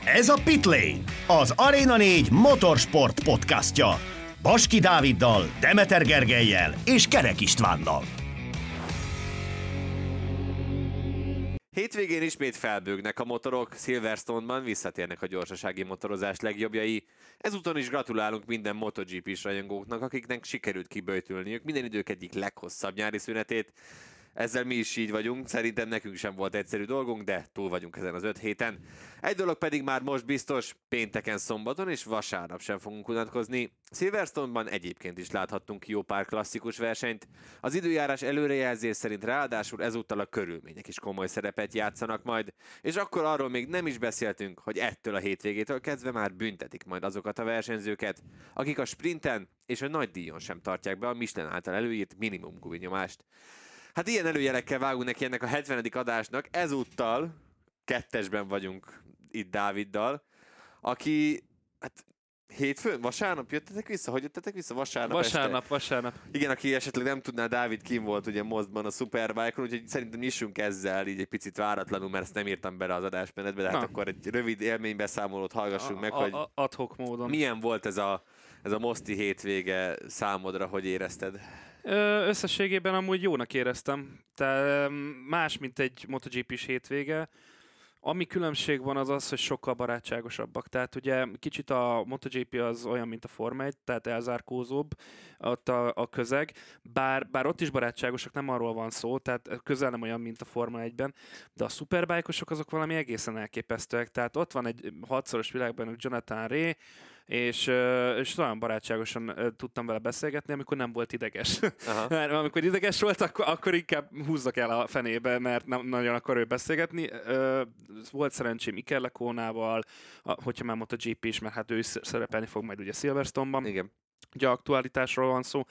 Ez a Pitlane, az Arena 4 motorsport podcastja. Baski Dáviddal, Demeter Gergellyel és Kerek Istvánnal. Hétvégén ismét felbőgnek a motorok, Silverstone-ban visszatérnek a gyorsasági motorozás legjobbjai. Ezúton is gratulálunk minden MotoGP-s rajongóknak, akiknek sikerült kiböjtülniük minden idők egyik leghosszabb nyári szünetét. Ezzel mi is így vagyunk, szerintem nekünk sem volt egyszerű dolgunk, de túl vagyunk ezen az 5 héten. Egy dolog pedig már most biztos, pénteken, szombaton és vasárnap sem fogunk unatkozni. Silverstone-ban egyébként is láthattunk jó pár klasszikus versenyt. Az időjárás előrejelzés szerint ráadásul ezúttal a körülmények is komoly szerepet játszanak majd, és akkor arról még nem is beszéltünk, hogy ettől a hétvégétől kezdve már büntetik majd azokat a versenyzőket, akik a sprinten és a nagy díjon sem tartják be a Michelin által előírt minimum guminyomást. Hát ilyen előjelekkel vágunk neki ennek a 70. adásnak, ezúttal kettesben vagyunk itt Dáviddal, aki, hát hétfőn, vasárnap jöttetek vissza? Hogy jöttetek vissza? Vasárnap. Igen, aki esetleg nem tudná, Dávid kim volt ugye Mostban a Superbike-on, úgyhogy szerintem nyissunk ezzel így egy picit váratlanul, mert ezt nem írtam bele az adásmenetbe, de hát akkor egy rövid élménybeszámolót hallgassunk meg, hogy ad hoc módon. Milyen volt ez a moszti hétvége számodra, hogy érezted? Összességében amúgy jónak éreztem. Tehát más, mint egy MotoGP-s hétvége. Ami különbség van az, hogy sokkal barátságosabbak. Tehát ugye kicsit a MotoGP az olyan, mint a Forma 1, tehát elzárkózóbb ott a közeg. Bár ott is barátságosak, nem arról van szó, tehát közel nem olyan, mint a Forma 1-ben, de a szuperbike-osok azok valami egészen elképesztőek. Tehát ott van egy 6-szoros világbajnok Jonathan Rea, és olyan barátságosan tudtam vele beszélgetni, amikor nem volt ideges. Mert amikor ideges volt, akkor inkább húzzak el a fenébe, mert nem nagyon akar ő beszélgetni. Volt szerencsém Iker Leconával, hogyha már MotoGP is, mert hát ő is szerepelni fog majd ugye Silverstone-ban. Igen. Ugye aktualitásról van szó.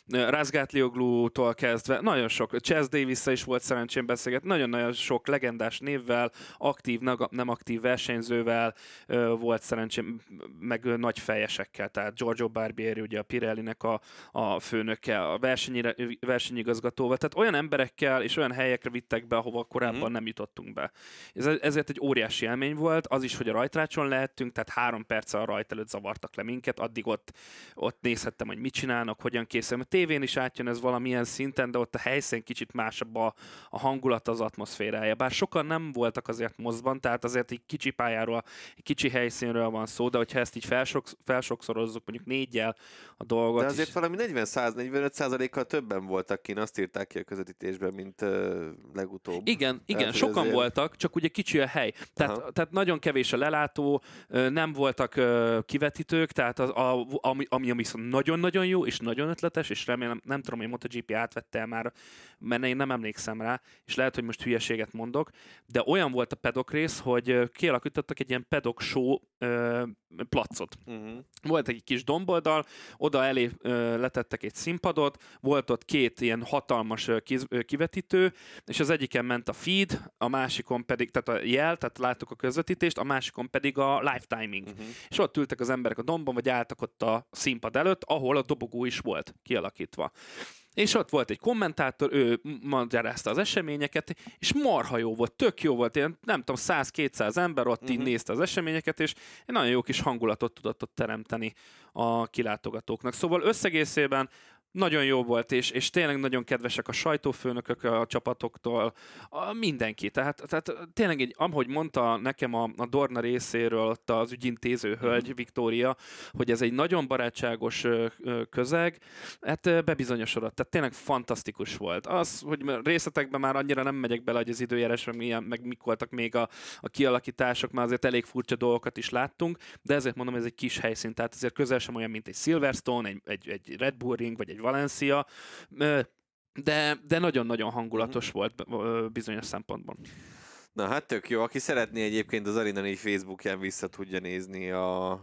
Razgatlioglu-tól kezdve, nagyon sok, Chase Davis-szel is volt szerencsém beszélgetni, nagyon-nagyon sok legendás névvel, aktív, nem aktív versenyzővel volt szerencsém, meg nagy fejesekkel, tehát Giorgio Barbieri, ugye a Pirellinek a főnöke, a versenyigazgatóval, tehát olyan emberekkel és olyan helyekre vittek be, ahova korábban nem jutottunk be. Ezért egy óriási élmény volt, az is, hogy a rajtrácson lehettünk, tehát 3 perccel a rajt előtt zavartak le minket, addig ott nézhettem, hogy mit csinálnak, hogyan készülnek. A tévén is átjön ez valamilyen szinten, de ott a helyszín kicsit másabb a hangulat, az atmoszférája. Bár sokan nem voltak azért Mostban, tehát azért egy kicsi pályáról, egy kicsi helyszínről van szó, de hogyha ezt így felsokszorozzuk mondjuk 4-jel a dolgot. De azért is valami 40-45%-kal többen voltak kint, azt írták ki a közvetítésben, mint legutóbb. Igen, sokan azért voltak, csak ugye kicsi a hely. Tehát nagyon kevés a lelátó, nem voltak kivetítők, tehát ami viszont nagyon-nagyon jó, és nagyon ötletes, és remélem, nem tudom, hogy MotoGP átvette el már, mert én nem emlékszem rá, és lehet, hogy most hülyeséget mondok, de olyan volt a paddock rész, hogy kialakítottak egy ilyen paddock show placot. Volt egy kis domboldal, oda elé letettek egy színpadot, volt ott 2 ilyen hatalmas kivetítő, és az egyiken ment a feed, a másikon pedig, tehát a jel, tehát láttuk a közvetítést, a másikon pedig a live timing. És ott ültek az emberek a dombon, vagy álltak ott a színpad előtt, ahol a dobogó is volt kialakítva. És ott volt egy kommentátor, ő magyarázta az eseményeket, és marha jó volt, tök jó volt, ilyen, nem tudom, 100-200 ember ott így nézte az eseményeket, és egy nagyon jó kis hangulatot tudott ott teremteni a kilátogatóknak. Szóval összegészében nagyon jó volt, és tényleg nagyon kedvesek a sajtófőnökök a csapatoktól, mindenki. Tehát tényleg, ahogy mondta nekem a Dorna részéről ott az ügyintéző hölgy, Viktória, hogy ez egy nagyon barátságos közeg, hát bebizonyosodott. Tehát tényleg fantasztikus volt. Az, hogy részletekben már annyira nem megyek bele, hogy az időjárás, meg mik voltak még a kialakítások, már azért elég furcsa dolgokat is láttunk, de ezért mondom, ez egy kis helyszín, tehát azért közel sem olyan, mint egy Silverstone, egy Red Bull Ring, vagy egy Valencia, de nagyon-nagyon hangulatos volt bizonyos szempontból. Na hát tök jó, aki szeretné egyébként az Arena 4 Facebookján vissza tudja nézni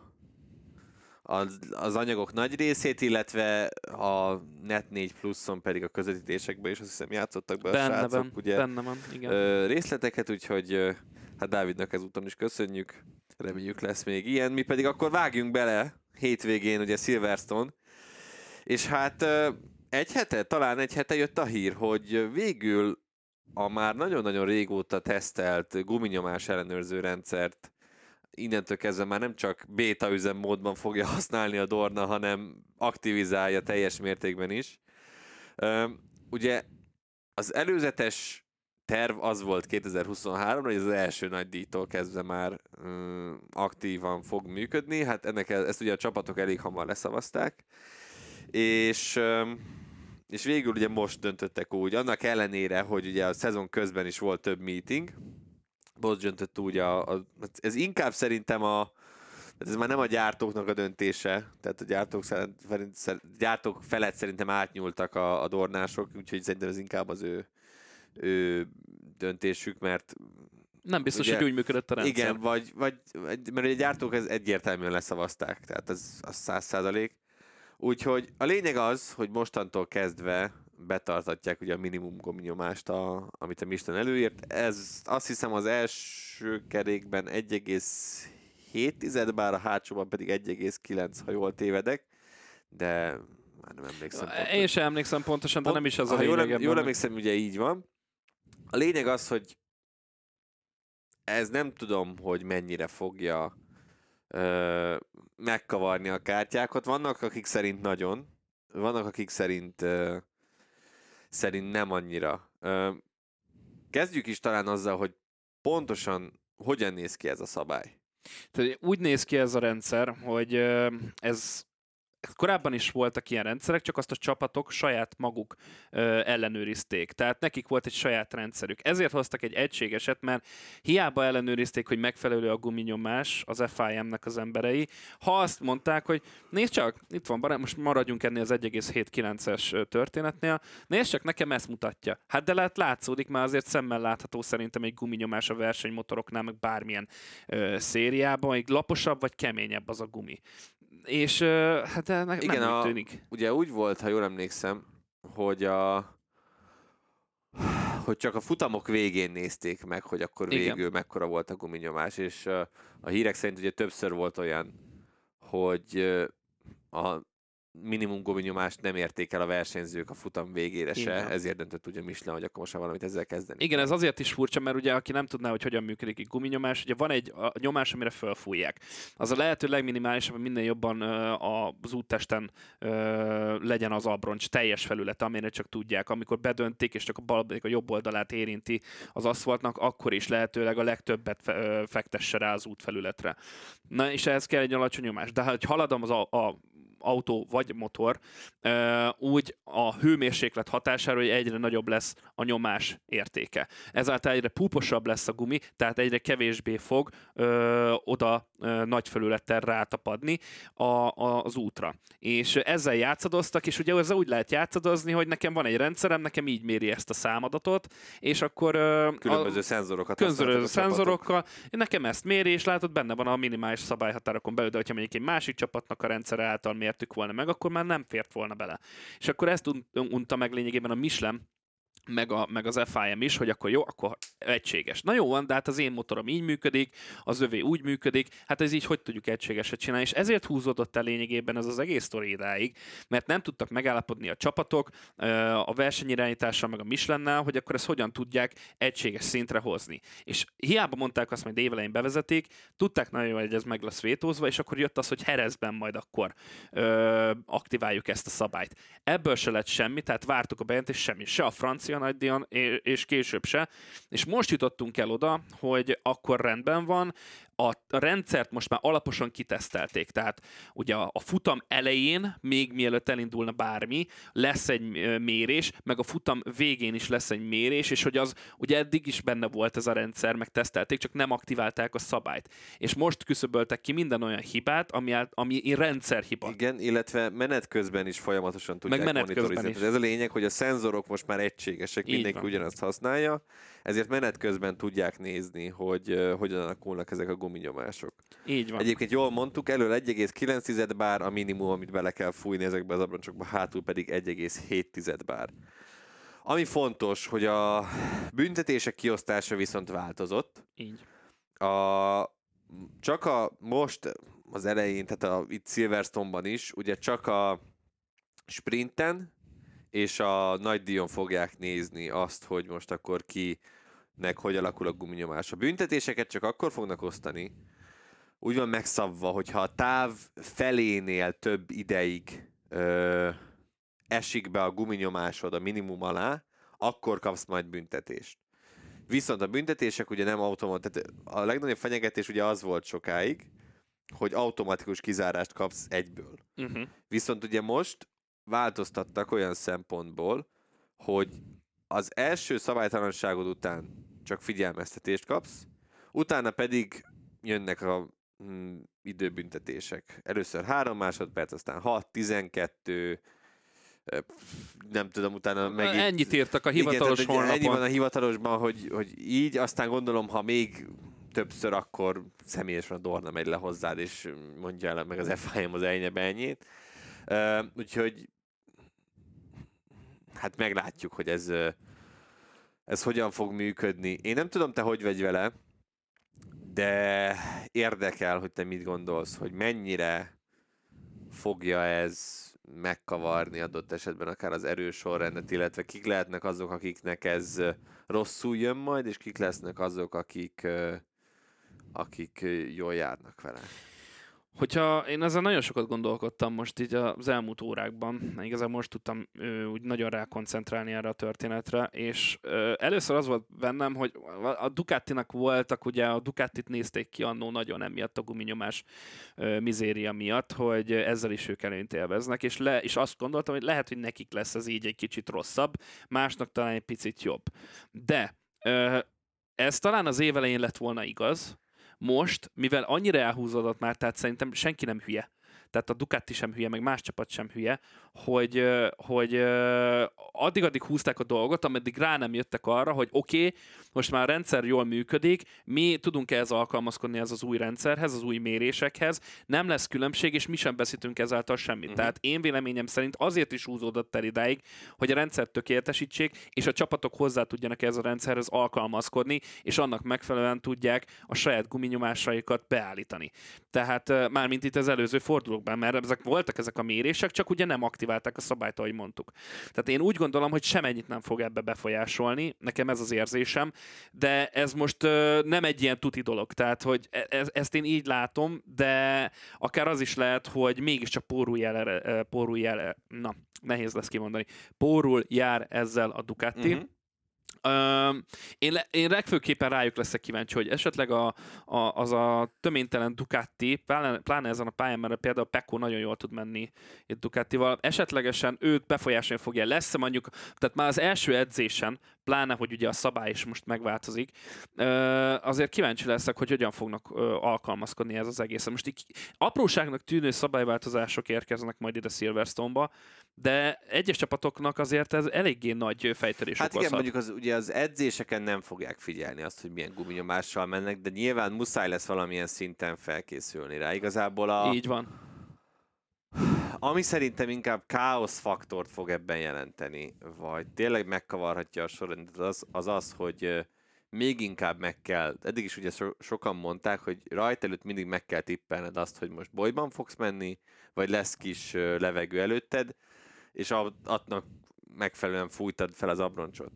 az anyagok nagy részét, illetve a Net4 Pluszon pedig a közvetítésekben is azt hiszem játszottak be a srácok, ugye benne van, igen. Részleteket, úgyhogy hát Dávidnak ezúton is köszönjük, reméljük lesz még ilyen, mi pedig akkor vágjunk bele hétvégén ugye Silverstone, és hát talán egy hete jött a hír, hogy végül a már nagyon-nagyon régóta tesztelt guminyomás ellenőrző rendszert innentől kezdve már nem csak béta üzemmódban fogja használni a Dorna, hanem aktivizálja teljes mértékben is. Ugye az előzetes terv az volt 2023-ra, hogy az első nagy díjtól kezdve már aktívan fog működni. Hát ezt ugye a csapatok elég hamar leszavazták. És végül ugye most döntöttek úgy, annak ellenére, hogy ugye a szezon közben is volt több meeting, most döntött úgy, ez inkább szerintem ez már nem a gyártóknak a döntése, tehát a gyártók felett szerintem átnyúltak a dornások, úgyhogy szerintem ez inkább az ő döntésük, mert nem biztos, ugye, hogy úgy működött a rendszer. Igen, mert a gyártók ez egyértelműen leszavazták, tehát ez 100%. Úgyhogy a lényeg az, hogy mostantól kezdve betartatják ugye a minimum guminyomást, amit a Michelin előírt. Ez azt hiszem az első kerékben 1,7 bár, a hátsóban pedig 1,9, ha jól tévedek, de már nem emlékszem pontosan. Én sem emlékszem pontosan, de nem is az a lényeg. Jól emlékszem, ugye így van. A lényeg az, hogy ez nem tudom, hogy mennyire fogja megkavarni a kártyákat. Vannak, akik szerint nagyon, vannak, akik szerint nem annyira. Kezdjük is talán azzal, hogy pontosan hogyan néz ki ez a szabály. Tehát úgy néz ki ez a rendszer, hogy ez korábban is voltak ilyen rendszerek, csak azt a csapatok saját maguk ellenőrizték. Tehát nekik volt egy saját rendszerük. Ezért hoztak egy egységeset, mert hiába ellenőrizték, hogy megfelelő a guminyomás az FIM-nek az emberei, ha azt mondták, hogy nézd csak, itt van, most maradjunk ennél az 1,79-es történetnél, nézd csak, nekem ezt mutatja. Hát de látszódik, már azért szemmel látható szerintem egy guminyomás a versenymotoroknál, meg bármilyen szériában, egy laposabb vagy keményebb az a gumi. És hát nem úgy tűnik. Ugye úgy volt, ha jól emlékszem, hogy csak a futamok végén nézték meg, hogy akkor végül mekkora volt a guminyomás, és a hírek szerint ugye többször volt olyan, hogy a minimum guminyomást nem érték el a versenyzők a futam végére se, ezért döntött ugye Michelin, hogy akkor most már valamit ezzel kezdeni. Igen, ez azért is furcsa, mert ugye aki nem tudná, hogy hogyan működik egy guminyomás, ugye van egy nyomás, amire fölfújják. Az a lehető legminimálisabb, hogy minél jobban az úttesten legyen az abroncs teljes felület, amire csak tudják. Amikor bedöntik, és csak a jobb oldalát érinti az aszfaltnak, akkor is lehetőleg a legtöbbet fektesse rá az útfelületre. Na, és ehhez kell egy alacsony nyomás. De ha haladom az autó vagy motor, úgy a hőmérséklet hatására, hogy egyre nagyobb lesz a nyomás értéke. Ezáltal egyre púposabb lesz a gumi, tehát egyre kevésbé fog oda nagy felülettel rátapadni az útra. És ezzel játszadoztak, és ugye ezzel úgy lehet játszadozni, hogy nekem van egy rendszerem, nekem így méri ezt a számadatot, és akkor különböző szenzorokat különböző szenzorokkal, nekem ezt méri, és látod, benne van a minimális szabályhatárokon belül, de hogyha mondjuk egy másik csapatnak a rendszer által mértük volna meg, akkor már nem fért volna bele. És akkor ezt unta meg lényegében a Michelin, meg az FIM is, hogy akkor jó, akkor egységes. Na jó van, de hát az én motorom így működik, az övé úgy működik, hát ez így hogy tudjuk egységeset csinálni, és ezért húzódott el lényegében ez az egész sztori idáig, mert nem tudtak megállapodni a csapatok a versenyirányítással, meg a Michelin-nel, hogy akkor ezt hogyan tudják egységes szintre hozni. És hiába mondták azt, majd évelején bevezetik, tudták nagyon jól, hogy ez meg lesz vétózva, és akkor jött az, hogy Jerezben majd akkor aktiváljuk ezt a szabályt. Ebből se lett semmi, tehát vártuk a bejelentést, semmi, se a francia nagydíjon, és később se. És most jutottunk el oda, hogy akkor rendben van, a rendszert most már alaposan kitesztelték, tehát ugye a futam elején, még mielőtt elindulna bármi, lesz egy mérés, meg a futam végén is lesz egy mérés, és hogy az ugye eddig is benne volt ez a rendszer, meg tesztelték, csak nem aktiválták a szabályt. És most küszöböltek ki minden olyan hibát, ami rendszerhiba. Igen, illetve menet közben is folyamatosan tudják monitorizni. Ez a lényeg, hogy a szenzorok most már egységesek, mindenki ugyanazt használja, ezért menet közben tudják nézni, hogy hogyan alakulnak ezek a guminyomások. Így van. Egyébként jól mondtuk, elől 1,9 bár a minimum, amit bele kell fújni ezekbe az abroncsokba, hátul pedig 1,7 bár. Ami fontos, hogy a büntetések kiosztása viszont változott. Így. Csak most az elején, tehát itt Silverstone-ban is, ugye csak a sprinten és a nagydíjon fogják nézni azt, hogy most akkor kinek hogy alakul a guminyomás. A büntetéseket csak akkor fognak osztani, úgy van megszabva, hogyha a táv felénél több ideig esik be a guminyomásod a minimum alá, akkor kapsz majd büntetést. Viszont a büntetések ugye nem automat, tehát a legnagyobb fenyegetés ugye az volt sokáig, hogy automatikus kizárást kapsz egyből. Viszont ugye most változtattak olyan szempontból, hogy az első szabálytalanságod után csak figyelmeztetést kapsz, utána pedig jönnek a időbüntetések. Először 3 másodperc, aztán 6, 12, nem tudom, utána megint... Ennyit írtak a hivatalos honlapon. Ennyi van a hivatalosban, hogy így, aztán gondolom, ha még többször, akkor személyesen a Dorna megy le hozzád, és mondja el meg az FIM az ennyi-ennyit. Úgyhogy hát meglátjuk, hogy ez hogyan fog működni. Én nem tudom, te hogy vagy vele, de érdekel, hogy te mit gondolsz, hogy mennyire fogja ez megkavarni adott esetben akár az erősorrendet, illetve kik lehetnek azok, akiknek ez rosszul jön majd, és kik lesznek azok, akik jól járnak vele. Hogyha én ezzel nagyon sokat gondolkodtam most így az elmúlt órákban, igazából most tudtam úgy nagyon rákoncentrálni erre a történetre, és először az volt bennem, hogy a Ducatinak voltak, ugye a Ducatit nézték ki annó nagyon emiatt a guminyomás mizéria miatt, hogy ezzel is ők előnyt élveznek, és azt gondoltam, hogy lehet, hogy nekik lesz ez így egy kicsit rosszabb, másnak talán egy picit jobb. De ez talán az év elején lett volna igaz. Most, mivel annyira elhúzódott már, tehát szerintem senki nem hülye. Tehát a Ducati sem hülye, meg más csapat sem hülye, hogy addig húzták a dolgot, ameddig rá nem jöttek arra, hogy oké, most már a rendszer jól működik, mi tudunk ehhez alkalmazkodni ez az új rendszerhez, az új mérésekhez, nem lesz különbség, és mi sem veszítünk ezáltal semmit. Tehát én véleményem szerint azért is húzódott el idáig, hogy a rendszert tökéletesítsék, és a csapatok hozzá tudjanak ez a rendszerhez alkalmazkodni, és annak megfelelően tudják a saját guminyomásaikat beállítani. Tehát mármint itt az előző fordulókban, mert voltak ezek a mérések, csak ugye nem aktiválták a szabályt, ahogy mondtuk. Tehát én úgy gondolom, hogy semennyit nem fog ebbe befolyásolni, nekem ez az érzésem, de ez most nem egy ilyen tuti dolog, tehát hogy ezt én így látom, de akár az is lehet, hogy mégiscsak pórul jár ezzel a Ducati. Én legfőképpen rájuk leszek kíváncsi, hogy esetleg az a töménytelen Ducati, pláne ezen a pályán, mert például Pecco nagyon jól tud menni itt Ducatival, esetlegesen őt befolyásolni fogja. Lesz mondjuk, tehát már az első edzésen, pláne, hogy ugye a szabály is most megváltozik, azért kíváncsi leszek, hogy hogyan fognak alkalmazkodni ez az egész. Most így apróságnak tűnő szabályváltozások érkeznek majd ide Silverstone-ba, de egyes csapatoknak azért ez eléggé nagy fejtörés okozhat. Hát igen, mondjuk ugye az edzéseken nem fogják figyelni azt, hogy milyen guminyomással mennek, de nyilván muszáj lesz valamilyen szinten felkészülni rá. Igazából így van. Ami szerintem inkább káosz faktort fog ebben jelenteni, vagy tényleg megkavarhatja a sorrendet, az, hogy még inkább meg kell, eddig is ugye sokan mondták, hogy rajta előtt mindig meg kell tippelned azt, hogy most bolyban fogsz menni, vagy lesz kis levegő előtted, és annak megfelelően fújtad fel az abroncsot.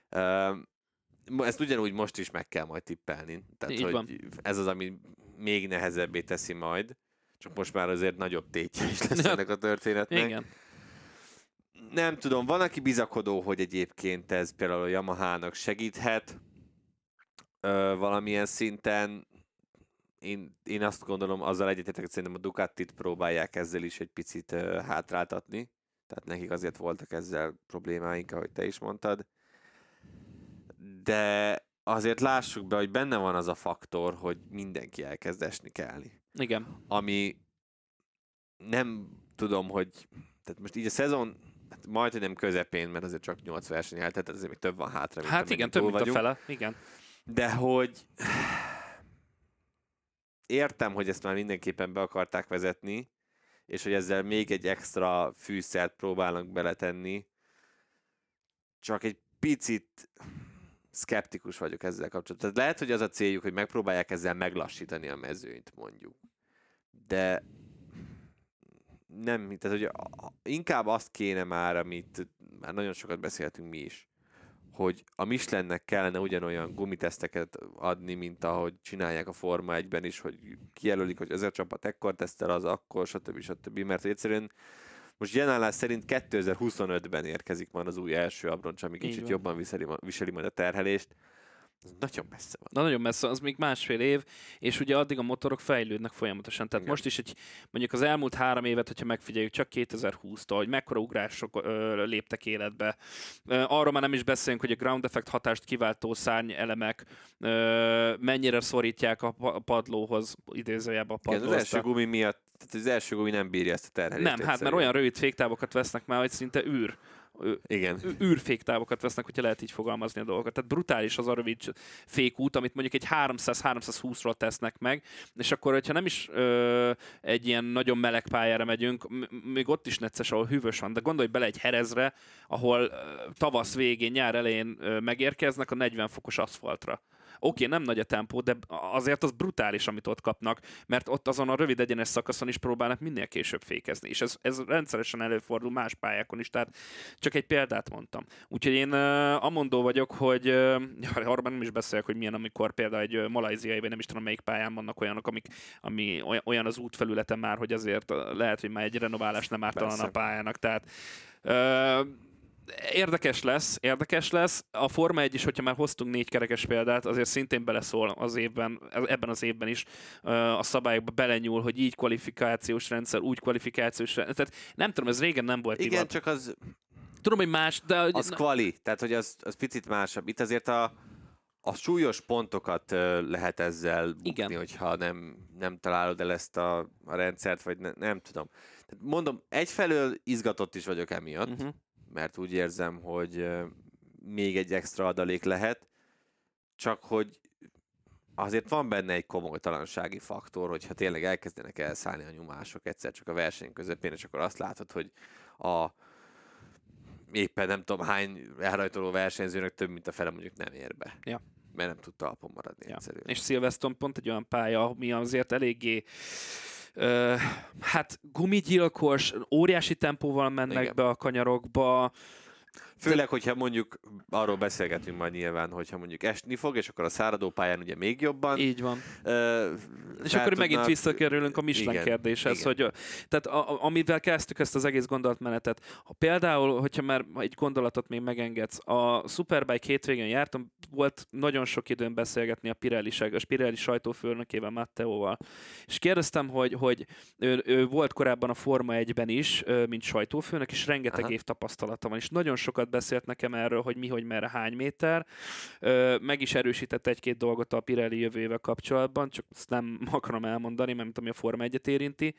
Ezt ugyanúgy most is meg kell majd tippelni. Tehát, így hogy van. ez az, ami még nehezebbé teszi majd, csak most már azért nagyobb tétje is lesz ennek a történetnek. Igen. Nem tudom, van, aki bizakodó, hogy egyébként ez például a Yamahának segíthet valamilyen szinten. Én azt gondolom, azzal egyetértek, hogy szerintem a Ducatit próbálják ezzel is egy picit hátráltatni. Tehát nekik azért voltak ezzel problémáink, ahogy te is mondtad. De azért lássuk be, hogy benne van az a faktor, hogy mindenki elkezd esni kelni. Igen. Ami nem tudom, hogy... Tehát most így a szezon majd, hogy nem közepén, mert azért csak 8 verseny eltelt, tehát azért még több van hátra. Hát igen, több mint a fele. Igen. De hogy... Értem, hogy ezt már mindenképpen be akarták vezetni, és hogy ezzel még egy extra fűszert próbálnak beletenni. Csak egy picit szkeptikus vagyok ezzel kapcsolatban. Tehát lehet, hogy az a céljuk, hogy megpróbálják ezzel meglassítani a mezőnyt, mondjuk. De nem, tehát hogy inkább azt kéne már, amit már nagyon sokat beszéltünk mi is, hogy a Michelinnek kellene ugyanolyan gumiteszteket adni, mint ahogy csinálják a Forma 1-ben is, hogy kijelölik, hogy ez a csapat ekkor tesztel, az akkor, stb. Mert egyszerűen most jelenállás szerint 2025-ben érkezik majd az új első abroncs, ami kicsit jobban viseli majd a terhelést. Ez nagyon messze van. Nagyon messze, az még másfél év, és ugye addig a motorok fejlődnek folyamatosan. Tehát most is mondjuk az elmúlt 3 évet, hogyha megfigyeljük, csak 2020-tól, hogy mekkora ugrások léptek életbe. Arról már nem is beszélünk, hogy a ground effect hatást kiváltó szárnyelemek mennyire szorítják a padlóhoz, idézőjelben a padlóhoz. Az első gumi miatt, tehát az első gumi nem bírja ezt a terhelést. Nem, hát mert olyan rövid féktávokat vesznek már, hogy szinte űrféktávokat vesznek, hogyha lehet így fogalmazni a dolgokat. Tehát brutális az a rövid fékút, amit mondjuk egy 300-320-ról tesznek meg, és akkor, hogyha nem is egy ilyen nagyon meleg pályára megyünk, még ott is necces, ahol hűvös van, de gondolj bele egy Jerezre, ahol tavasz végén, nyár elején megérkeznek a 40 fokos aszfaltra. Oké, nem nagy a tempó, de azért az brutális, amit ott kapnak, mert ott azon a rövid egyenes szakaszon is próbálnak minél később fékezni, és ez rendszeresen előfordul más pályákon is, tehát csak egy példát mondtam. Úgyhogy én amondó vagyok, hogy arra nem is beszélek, hogy milyen, amikor például egy malajziai, vagy nem is tudom melyik pályán vannak olyanok, ami olyan az útfelületen már, hogy azért lehet, hogy már egy renoválás nem ártalan a pályának, tehát Érdekes lesz. A Forma 1 is, hogyha már hoztunk 4 kerekes példát, azért szintén beleszól az évben, ebben az évben is a szabályokba belenyúl, hogy így kvalifikációs rendszer, úgy kvalifikációs rendszer. Tehát nem tudom, ez régen nem volt. Igen, csak az... Tudom, hogy más, de... Az kvali, tehát hogy az picit másabb. Itt azért a súlyos pontokat lehet ezzel bukni, hogyha nem találod el ezt a rendszert, vagy nem tudom. Tehát mondom, egyfelől izgatott is vagyok emiatt, mert úgy érzem, hogy még egy extra adalék lehet, csak hogy azért van benne egy komolytalansági faktor, hogyha tényleg elkezdenek elszállni a nyomások egyszer csak a verseny közepén, és akkor azt látod, hogy éppen nem tudom hány elrajtoló versenyzőnek több, mint a fele mondjuk nem ér be. Ja. Mert nem tud talpon maradni egyszerűen. És Silverstone pont egy olyan pálya, ami azért eléggé gumigyilkos, óriási tempóval mennek be a kanyarokba. Főleg, hogyha mondjuk arról beszélgetünk majd nyilván, hogyha mondjuk esni fog, és akkor a száradó pályán ugye még jobban. Így van. És akkor megint visszakerülünk a Michelin kérdéshez, hogy tehát amivel kezdtük ezt az egész gondolatmenetet. Például, hogyha már egy gondolatot még megengedsz, a Superbike hétvégén jártam, volt nagyon sok időn beszélgetni a Pirelli sajtófőnökével, Matteóval. És kérdeztem, hogy ő volt korábban a Forma 1-ben is, mint sajtófőnök, és rengeteg év tapasztalata van, és nagyon sokat beszélt nekem erről, hogy mi, hogy merre, hány méter. Meg is erősített egy-két dolgot a Pirelli jövőjével kapcsolatban, csak ezt nem akarom elmondani, mert ami a Forma 1-et érinti.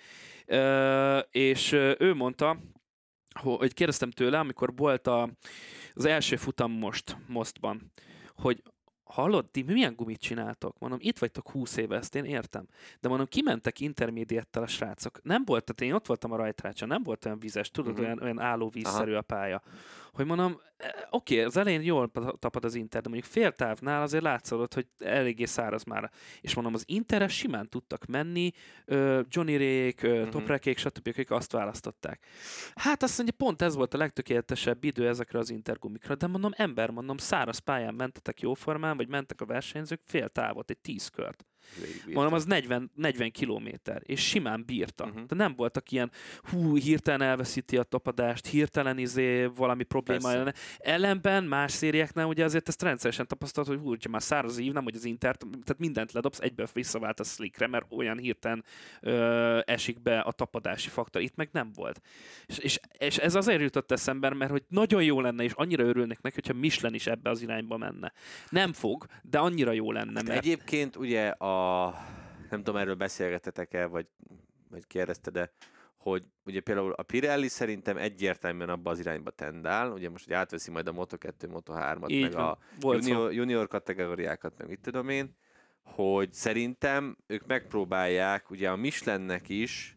És ő mondta, hogy kérdeztem tőle, amikor volt az első futam mostban, hogy hallod, ti milyen gumit csináltok? Mondom, itt vagytok 20 éve, ezt én értem. De mondom, kimentek intermédiettel a srácok. Nem volt, tehát én ott voltam a rajtrácson, nem volt olyan vizes, tudod, olyan állóvízszerű a pálya. Hogy mondom, oké, az elején jól tapad az Inter, de mondjuk fél távnál azért látszódott, hogy eléggé száraz már. És mondom, az Interre simán tudtak menni, Johnny Ray-ék, Toprekék, stb. Akik azt választották. Hát azt mondja, pont ez volt a legtökéletesebb idő ezekre az Intergumikra, de mondom, száraz pályán mentetek jóformán, vagy mentek a versenyzők fél távot, egy 10 kört. Mondom, az 40 kilométer, és simán bírta. De nem voltak ilyen, hirtelen elveszíti a tapadást, hirtelen valami probléma ellene. Ellenben más szériáknál ugye azért ezt rendszeresen tapasztalt, hogy hogyha már száraz ív, nem hogy az Inter, tehát mindent ledobsz, egyből visszavált a slickre, mert olyan hirtelen esik be a tapadási faktor. Itt meg nem volt. És ez azért jutott eszembe, mert hogy nagyon jó lenne, és annyira örülnék neki, hogyha Michelin is ebbe az irányba menne. Nem fog, de annyira jó lenne. Mert... Egyébként ugye nem tudom, erről beszélgetetek-e, vagy kérdezte, de hogy ugye például a Pirelli szerintem egyértelműen abba az irányba tendál, ugye most hogy átveszi majd a Moto2, Moto3-at, meg a junior kategóriákat, meg mit tudom én, hogy szerintem ők megpróbálják, ugye a Michelinnek is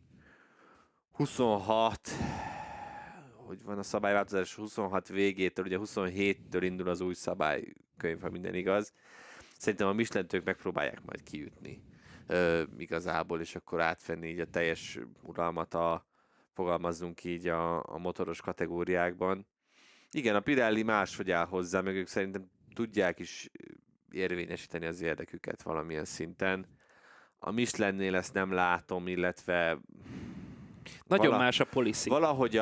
26, hogy van a szabályváltozás, 26 végétől, ugye 27-től indul az új szabálykönyv, ha minden igaz. Szerintem a Michelint ők megpróbálják majd kiütni igazából, és akkor átvenni így a teljes uralmat fogalmazzunk így a motoros kategóriákban. Igen, a Pirelli máshogy áll hozzá, meg ők szerintem tudják is érvényesíteni az érdeküket valamilyen szinten. A Michelinnél ezt nem látom, illetve nagyon más a policy. Valahogy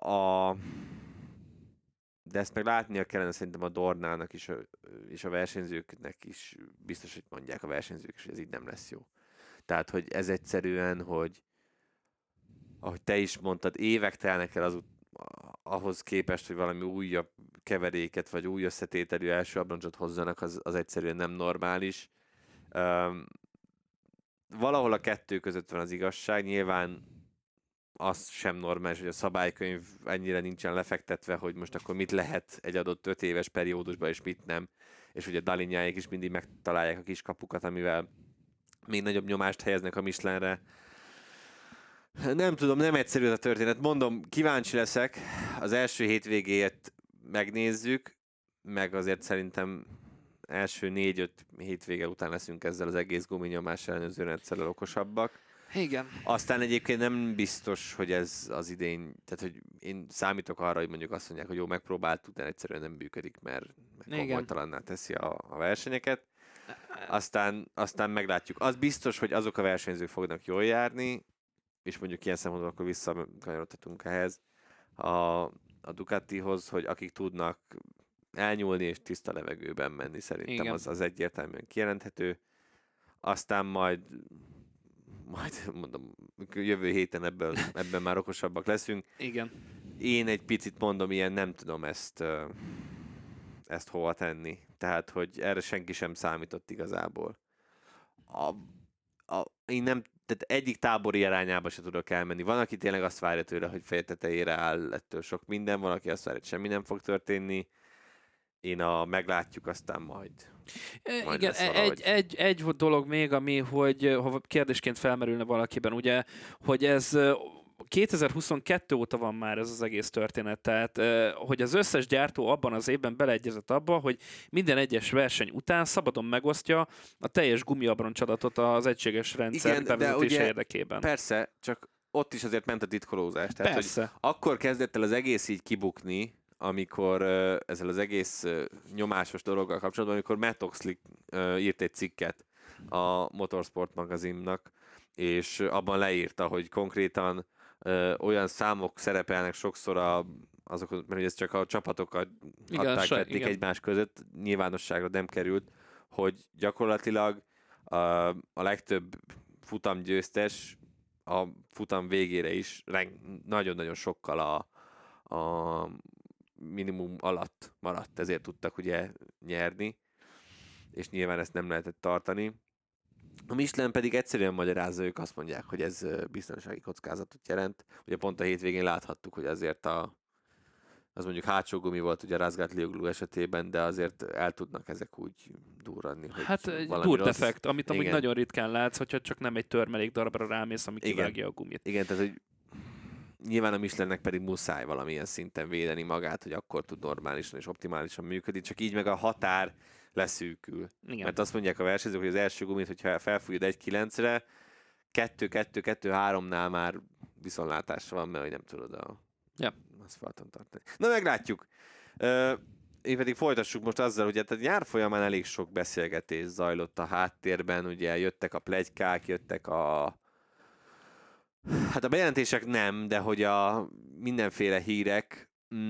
de ezt meg látnia kellene szerintem a Dornának is, és a versenyzőknek is, biztos, hogy mondják a versenyzők is, hogy ez így nem lesz jó. Tehát, hogy ez egyszerűen, hogy ahogy te is mondtad, évek telnek el ahhoz képest, hogy valami újabb keveréket, vagy új összetételű első abroncsot hozzanak, az egyszerűen nem normális. Valahol a kettő között van az igazság, nyilván az sem normális, hogy a szabálykönyv ennyire nincsen lefektetve, hogy most akkor mit lehet egy adott 5 éves periódusban, és mit nem. És ugye Dalinyáik is mindig megtalálják a kiskapukat, amivel még nagyobb nyomást helyeznek a Michelinre. Nem tudom, nem egyszerű ez a történet. Mondom, kíváncsi leszek. Az első hétvégéjét megnézzük, meg azért szerintem első 4-5 hétvége után leszünk ezzel az egész guminyomás ellenőrző rendszerrel okosabbak. Igen. Aztán egyébként nem biztos, hogy ez az idén, tehát hogy én számítok arra, hogy mondjuk azt mondják, hogy jó, megpróbáltuk, de egyszerűen nem működik, mert komolytalanná teszi a versenyeket. Aztán meglátjuk. Az biztos, hogy azok a versenyzők fognak jól járni, és mondjuk ilyen szempontból akkor visszakanyarodhatunk ehhez a Ducatihoz, hogy akik tudnak elnyúlni és tiszta levegőben menni, szerintem az egyértelműen kijelenthető. Aztán majd mondom, jövő héten ebben már okosabbak leszünk. Igen. Én egy picit mondom, ilyen nem tudom ezt hova tenni. Tehát, hogy erre senki sem számított igazából. Én nem, tehát egyik tábori irányába se tudok elmenni. Van, aki tényleg azt várja tőle, hogy feje tetejére áll ettől sok minden, van, aki azt várja, hogy semmi nem fog történni. Én meglátjuk, aztán majd igen, egy dolog még, ami, hogy kérdésként felmerülne valakiben, ugye, hogy ez 2022 óta van már ez az egész történet, tehát hogy az összes gyártó abban az évben beleegyezett abba, hogy minden egyes verseny után szabadon megosztja a teljes gumiabroncsadatot az egységes rendszer bevezetése érdekében. Persze, csak ott is azért ment a titkolózás. Tehát, persze. Hogy akkor kezdett el az egész így kibukni, amikor ezzel az egész nyomásos dologgal kapcsolatban, amikor Matt Oxley írt egy cikket a Motorsport magazinnak, és abban leírta, hogy konkrétan olyan számok szerepelnek sokszor azok, mert ez csak a csapatokat adták egymás között, nyilvánosságra nem került, hogy gyakorlatilag a legtöbb futamgyőztes a futam végére is nagyon-nagyon sokkal a minimum alatt maradt, ezért tudtak ugye nyerni, és nyilván ezt nem lehetett tartani. A Michelin pedig egyszerűen magyarázza, ők azt mondják, hogy ez biztonsági kockázatot jelent. Ugye pont a hétvégén láthattuk, hogy azért az mondjuk hátsó gumi volt ugye a Razgatlioglu esetében, de azért el tudnak ezek úgy durranni, hogy hát egy durdefekt, amit amúgy nagyon ritkán látsz, hogyha csak nem egy törmelék darabra rámész, ami kivágja a gumit. Igen, tehát hogy nyilván a Michelinnek pedig muszáj valamilyen szinten védeni magát, hogy akkor tud normálisan és optimálisan működni, csak így meg a határ leszűkül. Igen. Mert azt mondják a versenyzők, hogy az első gumit, hogyha felfújod 1.9-re, 2-2-2-3-nál már viszontlátásra van, mert hogy nem tudod aszfalton tartani. Na, meglátjuk. Én pedig folytassuk most azzal, hogy a nyár folyamán elég sok beszélgetés zajlott a háttérben, ugye jöttek a pletykák, jöttek hát a bejelentések nem, de hogy a mindenféle hírek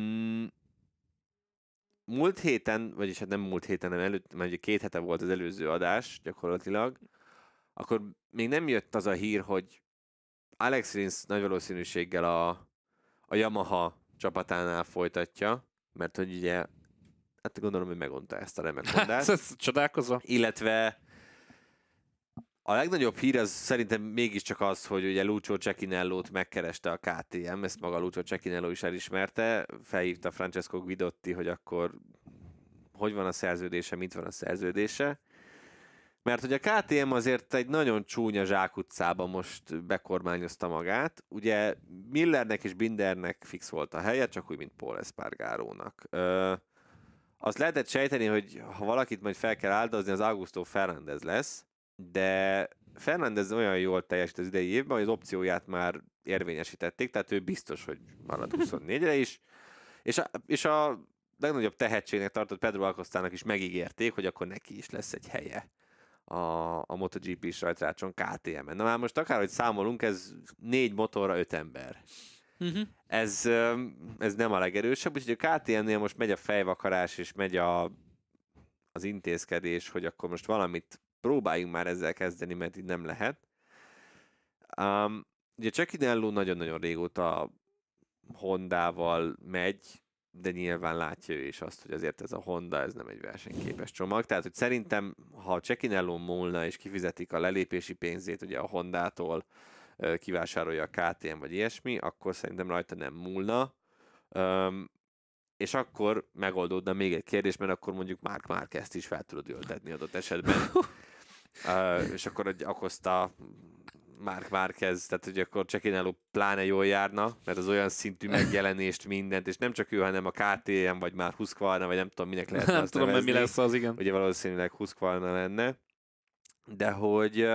múlt héten, vagyis hát nem múlt héten, hanem előtt, mert ugye 2 hete volt az előző adás gyakorlatilag, akkor még nem jött az a hír, hogy Alex Rins nagy valószínűséggel a Yamaha csapatánál folytatja, mert hogy ugye, hát gondolom, hogy megunta ezt a remek mondást. Hát, csodálkozva. Illetve a legnagyobb hír az szerintem mégiscsak az, hogy ugye Lucio Cecchinellót megkereste a KTM, ezt maga Lucio Cecchinello is elismerte, felhívta Francesco Guidotti, hogy akkor hogy van a szerződése, mit van a szerződése. Mert hogy a KTM azért egy nagyon csúnya zsákutcába most bekormányozta magát. Ugye Millernek és Bindernek fix volt a helye, csak úgy, mint Paul Espargarónak. Azt lehetett sejteni, hogy ha valakit majd fel kell áldozni, az Augusto Fernández lesz, de Fernández olyan jól teljesít az idei évben, hogy az opcióját már érvényesítették, tehát ő biztos, hogy marad 24-re is. És a legnagyobb tehetségnek tartott Pedro Acostának is megígérték, hogy akkor neki is lesz egy helye a MotoGP-s rajtrácson KTM-en. Na már most akárhogy számolunk, ez 4 motorra 5 ember. Ez nem a legerősebb, úgyhogy a KTM-nél most megy a fejvakarás, és megy az intézkedés, hogy akkor most valamit próbáljunk már ezzel kezdeni, mert így nem lehet. Ugye Cecchinello nagyon-nagyon régóta Hondával megy, de nyilván látja ő is azt, hogy azért ez a Honda, ez nem egy versenyképes csomag. Tehát, hogy szerintem, ha Cecchinello múlna és kifizetik a lelépési pénzét ugye a Hondától, kivásárolja a KTM vagy ilyesmi, akkor szerintem rajta nem múlna. És akkor megoldódna még egy kérdés, mert akkor mondjuk Marc Márquezt is fel tudod ültetni adott esetben. És akkor egy Acosta Marc Márquez, tehát hogy akkor Cecchinello pláne jól járna, mert az olyan szintű megjelenést, mindent, és nem csak ő, hanem a KTM, vagy már Husqvarna, vagy nem tudom, minek lehet nem tudom, nevezni. mi lesz az, igen. Ugye valószínűleg Husqvarna lenne, de hogy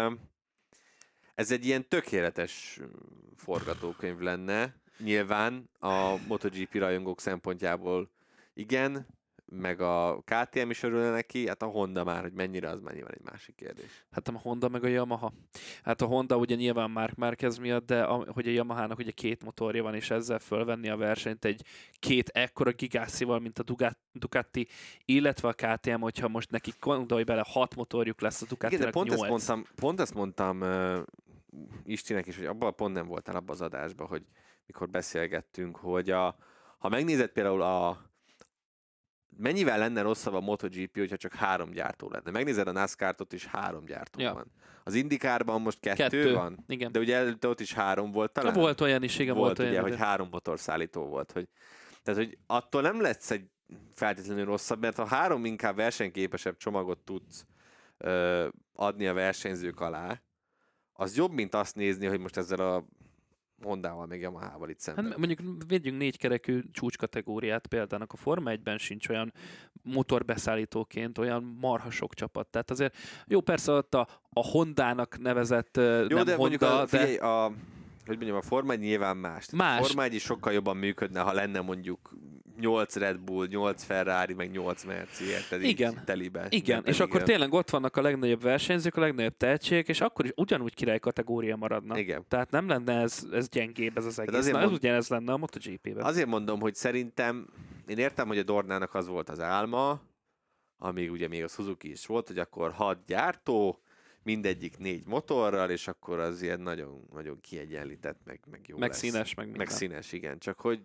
ez egy ilyen tökéletes forgatókönyv lenne. Nyilván a MotoGP rajongók szempontjából igen, meg a KTM is örülne neki, hát a Honda már, hogy mennyire, az már nyilván egy másik kérdés. Hát a Honda meg a Yamaha. Hát a Honda ugye nyilván Marc Márquez miatt, de hogy a Yamahának ugye 2 motorja van, és ezzel fölvenni a versenyt egy 2 ekkora gigászival, mint a Ducati, illetve a KTM, hogyha most nekik gondolj bele, 6 motorjuk lesz, a Ducatinak 8. Pont ezt mondtam Istinek is, hogy abban pont nem voltál abban az adásban, hogy mikor beszélgettünk, hogy ha megnézed például mennyivel lenne rosszabb a MotoGP, hogyha csak 3 gyártó lenne. Megnézed a NASCAR-t, is 3 gyártó van. Az IndyCar-ban most 2 van, igen. De ugye előtte ott is 3 volt talán. Volt olyan is, igen. Volt olyan, ugye, hogy 3 motorszállító volt. Tehát, hogy attól nem lesz egy feltétlenül rosszabb, mert ha 3 inkább versenyképesebb csomagot tudsz adni a versenyzők alá, az jobb, mint azt nézni, hogy most ezzel a Hondával, meg Yamahával itt szemben. Hát mondjuk védjünk 4 kerekű csúcskategóriát példának. A Forma 1-ben sincs olyan motorbeszállítóként olyan marha sok csapat. Tehát azért jó, persze ott a Hondának nevezett jó, nem de Honda, figyelj, hogy mondjam, a Forma 1 nyilván más. Más. A Forma 1 is sokkal jobban működne, ha lenne mondjuk 8 Red Bull, 8 Ferrari, meg 8 Merci, érted? Igen. Teliben. Igen, és akkor tényleg ott vannak a legnagyobb versenyzők, a legnagyobb tehetségek, és akkor is ugyanúgy király kategória maradna. Igen. Tehát nem lenne ez gyengébb ez az egész. Ez ugyanez lenne a MotoGP-ben. Azért mondom, hogy szerintem, én értem, hogy a Dornának az volt az álma, amíg ugye még a Suzuki is volt, hogy akkor 6 gyártó, mindegyik 4 motorral, és akkor az ilyen nagyon, nagyon kiegyenlített, meg jó meg lesz. Színes, meg minden. Meg színes, igen. Csak hogy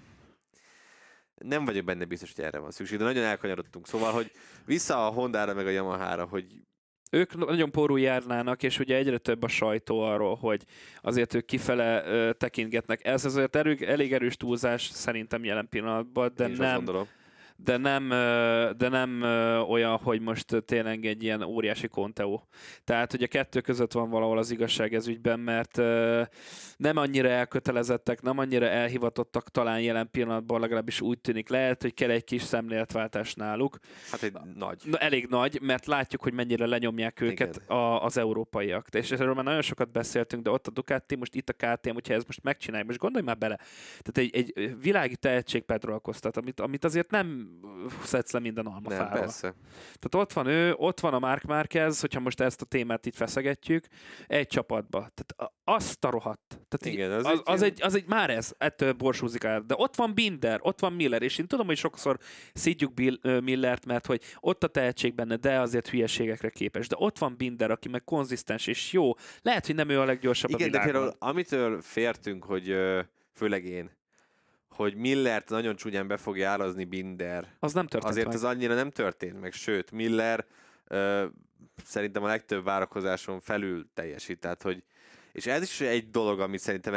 nem vagyok benne biztos, hogy erre van szükség, de nagyon elkanyarodtunk. Szóval, hogy vissza a Hondára meg a Yamahára, hogy ők nagyon porul járnának, és ugye egyre több a sajtó arról, hogy azért ők kifele tekintgetnek. Ez azért elég erős túlzás szerintem jelen pillanatban, de nem olyan, hogy most tényleg egy ilyen óriási konteó. Tehát, hogy a 2 között van valahol az igazság ez ügyben, mert nem annyira elkötelezettek, nem annyira elhivatottak talán jelen pillanatban, legalábbis úgy tűnik. Lehet, hogy kell egy kis szemléletváltás náluk. Hát egy nagy. Elég nagy, mert látjuk, hogy mennyire lenyomják őket az európaiak. És erről már nagyon sokat beszéltünk, de ott a Ducati, most itt a KTM, hogyha ez most megcsinálják, most gondolj már bele. Tehát egy világi tehetség Pedro Acostat, amit azért nem szedsz le minden almafával. Nem, persze. Tehát ott van ő, ott van a Marc Márquez, hogyha most ezt a témát itt feszegetjük, egy csapatba. Tehát azt a rohadt. Tehát igen, az egy már ez, ettől borsúzik el. De ott van Binder, ott van Miller, és én tudom, hogy sokszor szidjuk Millert, mert hogy ott a tehetség benne, de azért hülyeségekre képes. De ott van Binder, aki meg konzisztens és jó. Lehet, hogy nem ő a leggyorsabb igen, a világban. de például amitől fértünk, hogy főleg én, hogy Millert nagyon csúnyán be fogja árazni Binder. Az nem történt azért meg. az annyira nem történt meg, sőt, Miller szerintem a legtöbb várakozáson felül teljesít, tehát, hogy és ez is egy dolog, amit szerintem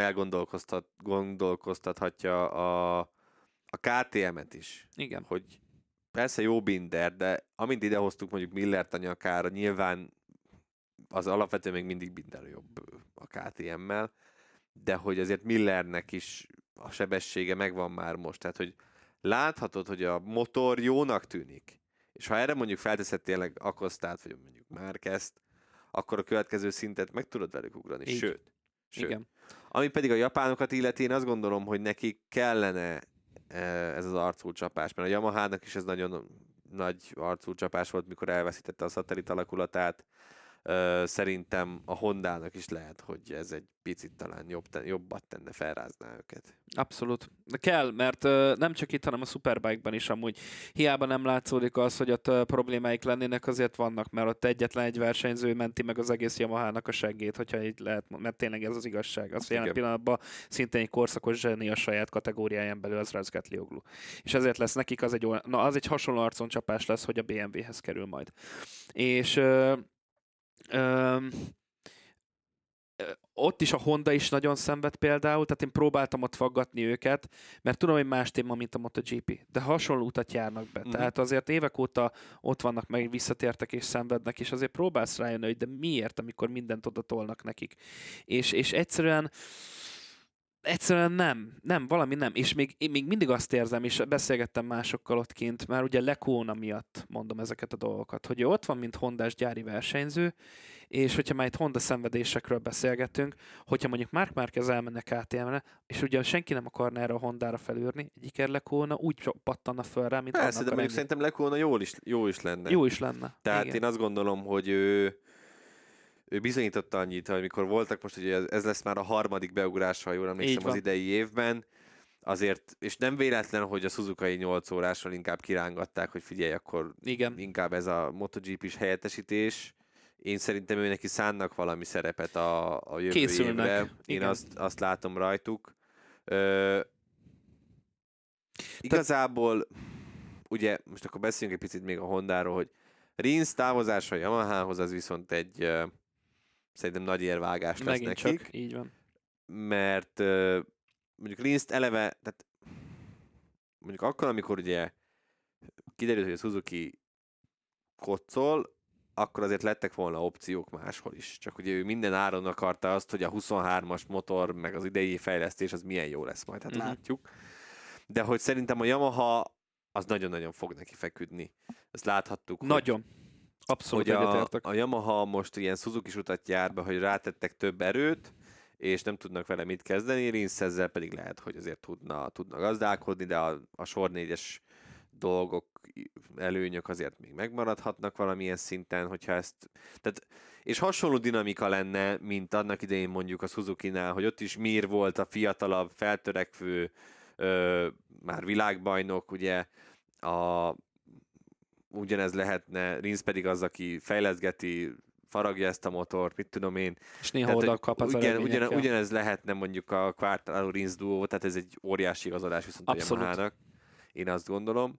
elgondolkoztathatja a KTM-et is. Igen. Hogy persze jó Binder, de amint idehoztuk mondjuk Millert a nyakára, nyilván az alapvetően még mindig Binder jobb a KTM-mel, de hogy azért Millernek is a sebessége megvan már most. Tehát, hogy láthatod, hogy a motor jónak tűnik. És ha erre mondjuk felteszed tényleg Acostát, vagy mondjuk Márquezt, akkor a következő szintet meg tudod velük ugrani. Így. Sőt. Igen. Ami pedig a japánokat illeti, én azt gondolom, hogy nekik kellene ez az arculcsapás, mert a Yamahának is ez nagyon nagy arculcsapás volt, mikor elveszítette a szatellit alakulatát. Szerintem a Hondának is lehet, hogy ez egy picit talán jobbat tenne, felrázná őket. Abszolút. De kell, mert nem csak itt, hanem a Superbike-ban is amúgy hiába nem látszódik az, hogy ott problémáik lennének, azért vannak, mert ott egyetlen egy versenyző menti meg az egész Yamahának a seggét, hogyha így lehet, mert tényleg ez az igazság. Az jelen pillanatban szintén egy korszakos zseni a saját kategóriáján belül az Razgatlioglu. És ezért lesz nekik az egy hasonló arconcsapás lesz, hogy a BMW-hez kerül majd. És ott is a Honda is nagyon szenved például, tehát én próbáltam ott faggatni őket, mert tudom, hogy más téma, mint a MotoGP, de hasonló utat járnak be. Tehát azért évek óta ott vannak, meg visszatértek és szenvednek, és azért próbálsz rájönni, hogy de miért, amikor mindent oda tolnak nekik. És egyszerűen valami nem. És még mindig azt érzem, és beszélgettem másokkal ott kint, már ugye Lecona miatt mondom ezeket a dolgokat, hogy ő ott van, mint Hondás gyári versenyző, és hogyha már itt Honda szenvedésekről beszélgetünk, hogyha mondjuk Marc Márquez elmenne KTM-re, és ugye senki nem akarna erre a Hondára felülni, egy Iker Lecona úgy pattanna föl rá, mint persze, de mondjuk szerintem Lecona jó is lenne. Jó is lenne. Tehát igen. Én azt gondolom, hogy ő bizonyította annyit, hogy amikor voltak most, ugye ez lesz már a harmadik beugrás, ha jól emlékszem, az idei évben, azért, és nem véletlen, hogy a Suzuki 8 órásról inkább kirángatták, hogy figyelj, akkor igen. Inkább ez a MotoGP-s helyettesítés. Én szerintem ő neki szánnak valami szerepet a jövő készülnek. Évre. Én azt látom rajtuk. Igazából, ugye, most akkor beszéljünk egy picit még a Hondáról, hogy Rins távozása a Yamahához, az viszont egy szerintem nagy érvágás lesz megint nekik. Csak, így van. Mert mondjuk Rins-t eleve, tehát mondjuk akkor, amikor ugye kiderült, hogy a Suzuki koccol, akkor azért lettek volna opciók máshol is. Csak ugye ő minden áron akarta azt, hogy a 23-as motor, meg az idei fejlesztés, az milyen jó lesz majd, hát látjuk. De hogy szerintem a Yamaha az nagyon-nagyon fog neki feküdni. Ezt láthattuk. Nagyon. Abszolút egyetértek. A Yamaha most ilyen Suzuki-s utat jár be, hogy rátettek több erőt, és nem tudnak vele mit kezdeni. Rins ezzel pedig lehet, hogy azért tudna gazdálkodni, de a sor 4-es dolgok, előnyök azért még megmaradhatnak valamilyen szinten, hogyha ezt... Tehát, és hasonló dinamika lenne, mint annak idején mondjuk a Suzuki-nál, hogy ott is Mir volt a fiatalabb, feltörekvő, már világbajnok, ugye ugyanez lehetne, Rins pedig az, aki fejleszgeti, faragja ezt a motort, mit tudom én. És néha oda kap az ugyanez lehetne mondjuk a Quartararo Rins duó, tehát ez egy óriási igazolás viszont abszolút. A Yamahának. Én azt gondolom.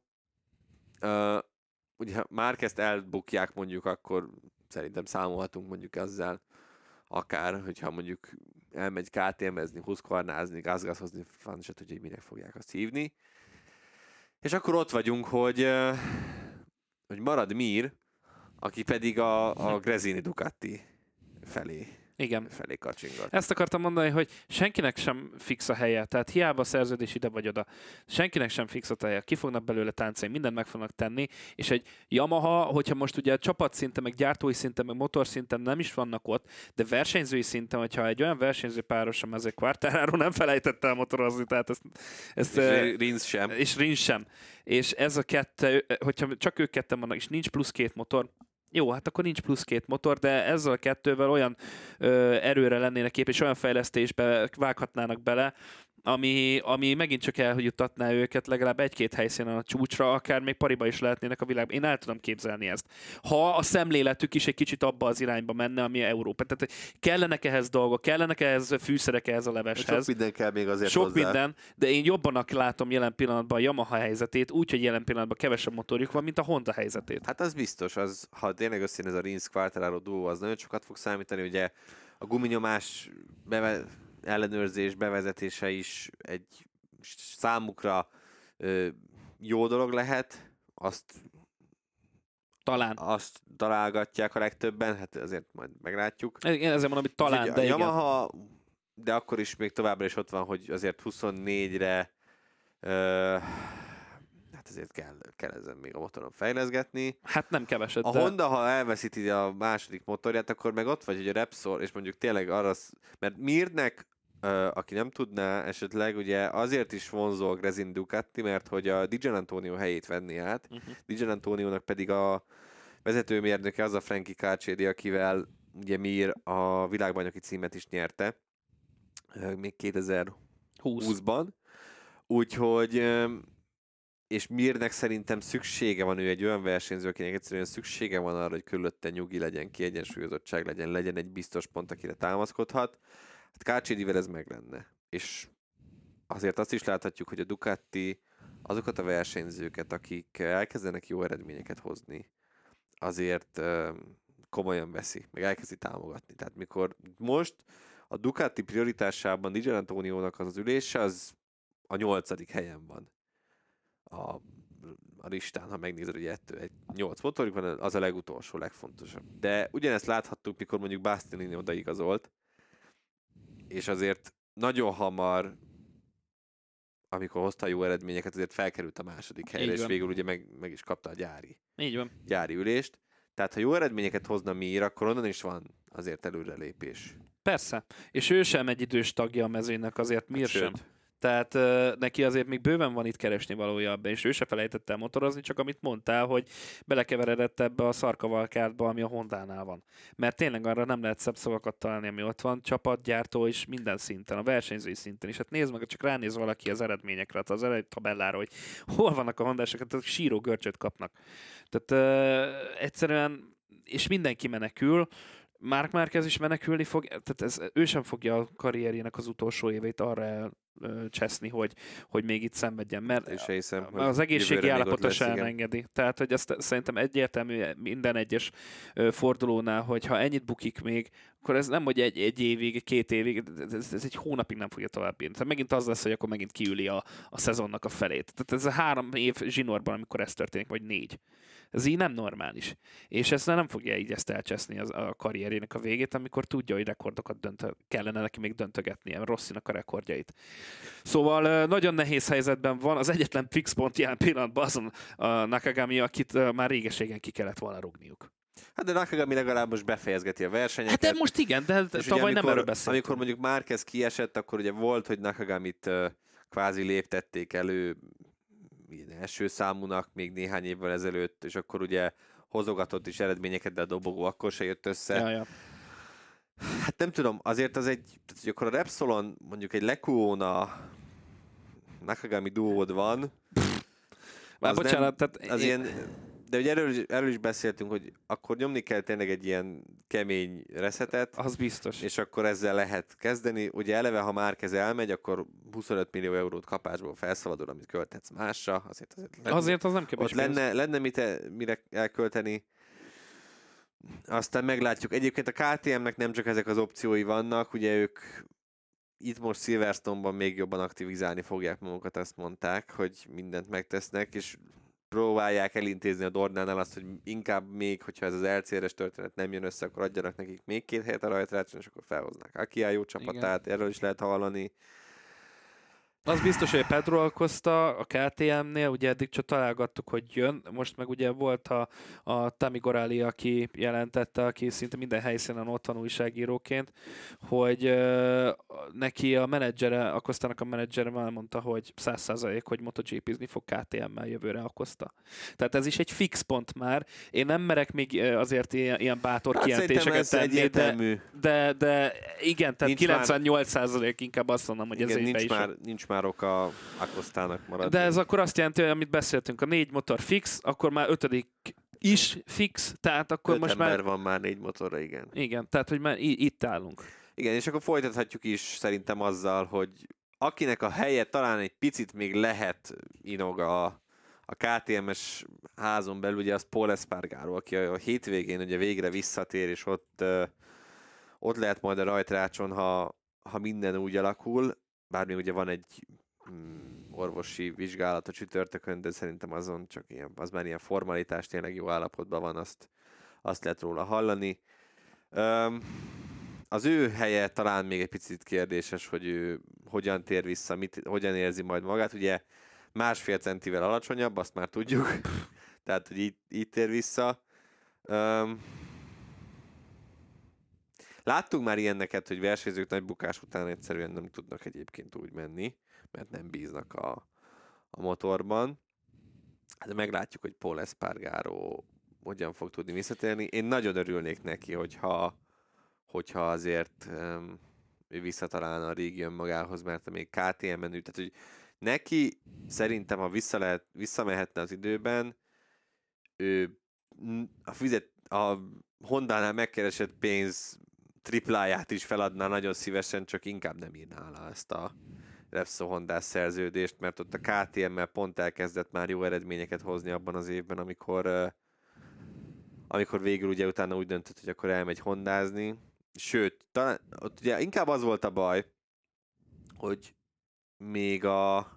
Ugye ha Márquezt elbukják mondjuk, akkor szerintem számolhatunk mondjuk ezzel akár, hogyha mondjuk elmegy KTM-ezni, Husqvarnázni, gázgázhozni, fán se tudja, hogy minek fogják azt hívni. És akkor ott vagyunk, hogy marad Mir, aki pedig a Gresini Ducati felé kacsingat. Ezt akartam mondani, hogy senkinek sem fix a helye, tehát hiába a szerződés ide vagy oda. Senkinek sem fix a helye, ki fognak belőle táncolni, mindent meg fognak tenni, és egy Yamaha, hogyha most ugye csapatszinten, meg gyártói szinten, meg motorszinten nem is vannak ott, de versenyzői szinten, hogyha egy olyan versenyző párosom, ezért Quartararo nem felejtette el motorozni, tehát ezt és Rins sem. És ez a kettő, hogyha csak ők ketten vannak, és nincs plusz 2 motor, jó, hát akkor nincs plusz 2 motor, de ezzel a kettővel olyan erőre lennének képes, és olyan fejlesztésbe vághatnának bele, ami megint csak eljutatná őket legalább 1-2 helyszínen a csúcsra, akár még pariba is lehetnének a világban. Én el tudom képzelni ezt. Ha a szemléletük is egy kicsit abba az irányba menne, ami Európa. Tehát kellenek ehhez dolgok, kellenek ehhez fűszerek ehhez a leveshez. Sok minden kell még azért Sok hozzá. minden, de én jobbanak látom jelen pillanatban a Yamaha helyzetét, úgyhogy jelen pillanatban kevesebb motorjuk van, mint a Honda helyzetét. Hát az biztos, ha tényleg összejön ez a Rins Quartararo duó, az nagyon sokat fog számítani, ugye a guminyomás ellenőrzés bevezetése is egy számukra jó dolog lehet, azt találgatják a legtöbben, hát azért majd meglátjuk. Én ezért mondom, hogy talán, de igen. Yamaha, de akkor is még továbbra is ott van, hogy azért 24-re hát azért kell ezen még a motoron fejleszgetni. Hát nem keveset, A Honda, ha elveszíti a második motorját, akkor meg ott vagy, hogy a Repsol, és mondjuk tényleg arra, mert Mirnek aki nem tudná, esetleg ugye azért is vonzó a Gresini Ducati, mert hogy a Di Giannantonio helyét venni át. Di Giannantoniónak pedig a vezetőmérnöke az a Frankie Carcedi, akivel ugye Mir a világbajnoki címet is nyerte, még 2020-ban. Úgyhogy, és Mirnek szerintem szüksége van, ő egy olyan versenyző, akinek egyszerűen szüksége van arra, hogy körülötte nyugi legyen, kiegyensúlyozottság legyen egy biztos pont, akire támaszkodhat. Hát Carcedivel ez meg lenne. És azért azt is láthatjuk, hogy a Ducati azokat a versenyzőket, akik elkezdenek jó eredményeket hozni, azért komolyan veszi, meg elkezdi támogatni. Tehát mikor most a Ducati prioritásában Di Giannantoniónak az ülése, az a 8. helyen van a listán, ha megnézed, hogy egy 8 motorjuk van, az a legutolsó, legfontosabb. De ugyanezt láthattuk, mikor mondjuk Bastianini odaigazolt, és azért nagyon hamar, amikor hozta jó eredményeket, azért felkerült a 2. helyre, és végül ugye meg is kapta a gyári ülést. Tehát ha jó eredményeket hozna Mir, akkor onnan is van azért előrelépés. Persze, és ő sem egy idős tagja a mezőnynek, azért Mir sem. Tehát neki azért még bőven van itt keresni valója ebbe, és ő se felejtett el motorozni, csak amit mondtál, hogy belekeveredett ebbe a szarkavalkádba, ami a Hondánál van. Mert tényleg arra nem lehet szebb szavakat találni, ami ott van, csapatgyártó is minden szinten, a versenyzői szinten is. Hát nézd meg, csak ránéz valaki az eredményekre, az eredménytabellára, hogy hol vannak a hondások, tehát síró görcsöt kapnak. Tehát egyszerűen, és mindenki menekül, Marc Márquez is menekülni fog, tehát ő sem fogja a karrierjének az utolsó évét arra elcseszni, hogy még itt szenvedjen, mert hiszem, az egészségi állapota sem engedi. Tehát, hogy azt szerintem egyértelmű minden egyes fordulónál, hogy ha ennyit bukik még, akkor ez nem, hogy egy évig, 2 évig, ez egy hónapig nem fogja tovább bírni. Tehát megint az lesz, hogy akkor megint kiüli a szezonnak a felét. Tehát ez a 3 év zsinórban, amikor ez történik, vagy 4. Ez így nem normális. És ezt nem fogja így ezt elcseszni a karrierjének a végét, amikor tudja, hogy rekordokat kellene neki még döntögetnie, Rossinak a rekordjait. Szóval nagyon nehéz helyzetben van. Az egyetlen fix pont jelen pillanatban azon a Nakagami, akit már régeségen ki kellett volna rúgniuk. Hát de Nakagami legalább most befejezgeti a versenyeket. Hát de most igen, de tavaly nem erről beszéltünk. Amikor mondjuk Márquez kiesett, akkor ugye volt, hogy Nakagamit kvázi léptették elő első számúnak még néhány évvel ezelőtt, és akkor ugye hozogatott is eredményeket, de a dobogó akkor se jött össze. Ja. Hát nem tudom, azért az tehát, hogy akkor a Repsolon mondjuk egy Lecuona Nakagami duód van, de ugye erről is beszéltünk, hogy akkor nyomni kell tényleg egy ilyen kemény reszetet. Az biztos. És akkor ezzel lehet kezdeni. Ugye eleve, ha Márquez elmegy, akkor 25 millió eurót kapásból felszabadul, amit költhetsz másra. Azért az nem kevés. Lenne mire elkölteni. Aztán meglátjuk. Egyébként a KTM-nek nem csak ezek az opciói vannak, ugye ők itt most Silverstone-ban még jobban aktivizálni fogják magukat, azt mondták, hogy mindent megtesznek, és próbálják elintézni a Dornánál azt, hogy inkább még, hogyha ez az LCR-es történet nem jön össze, akkor adjanak nekik még 2 helyet a rajtrácson, és akkor felhoznák Akia jó csapatát, erről is lehet hallani. Az biztos, hogy Pedro Acosta a KTM-nél, ugye eddig csak találgattuk, hogy jön, most meg ugye volt a Tami Gorali, aki jelentette, aki szinte minden helyszínen ott van újságíróként, hogy neki a menedzsere, Acostának a menedzsere elmondta, hogy 100% hogy MotoGP-zni fog KTM-mel jövőre Acosta. Tehát ez is egy fix pont már. Én nem merek még azért ilyen bátor kijelentéseket tenni, de igen, tehát 98% inkább azt mondom, hogy ez nincs már oka Acostának maradni. De ez akkor azt jelenti, hogy amit beszéltünk, a 4 motor fix, akkor már 5. is fix, tehát akkor most már... van már 4 motorra, igen. Igen, tehát hogy már itt állunk. Igen, és akkor folytathatjuk is szerintem azzal, hogy akinek a helye talán egy picit még lehet inog a KTM-es házon belül, ugye az Pol Espargaró, aki a hétvégén ugye végre visszatér, és ott lehet majd a rajtrácson, ha minden úgy alakul, bár még ugye van egy orvosi vizsgálat a csütörtökön, de szerintem azon csak az már ilyen formalitás, tényleg jó állapotban van, azt lehet róla hallani. Az ő helye talán még egy picit kérdéses, hogy ő hogyan tér vissza, hogyan érzi majd magát. Ugye 1,5 centivel alacsonyabb, azt már tudjuk, tehát hogy így tér vissza. Láttunk már ilyenneket, hogy versenyzők nagy bukás után egyszerűen nem tudnak egyébként úgy menni, mert nem bíznak a motorban. De meglátjuk, hogy Pol Espargaró hogyan fog tudni visszatérni. Én nagyon örülnék neki, hogyha azért ő visszatalálna a régi önmagához, mert még KTM-en ül. Tehát, hogy neki szerintem, ha visszamehetne az időben, ő a Hondánál megkeresett pénz tripláját is feladná nagyon szívesen, csak inkább nem írná alá ezt a Repsol Hondás szerződést, mert ott a KTM-mel pont elkezdett már jó eredményeket hozni abban az évben, amikor végül ugye utána úgy döntött, hogy akkor elmegy hondázni. Sőt, talán ott ugye inkább az volt a baj, hogy még a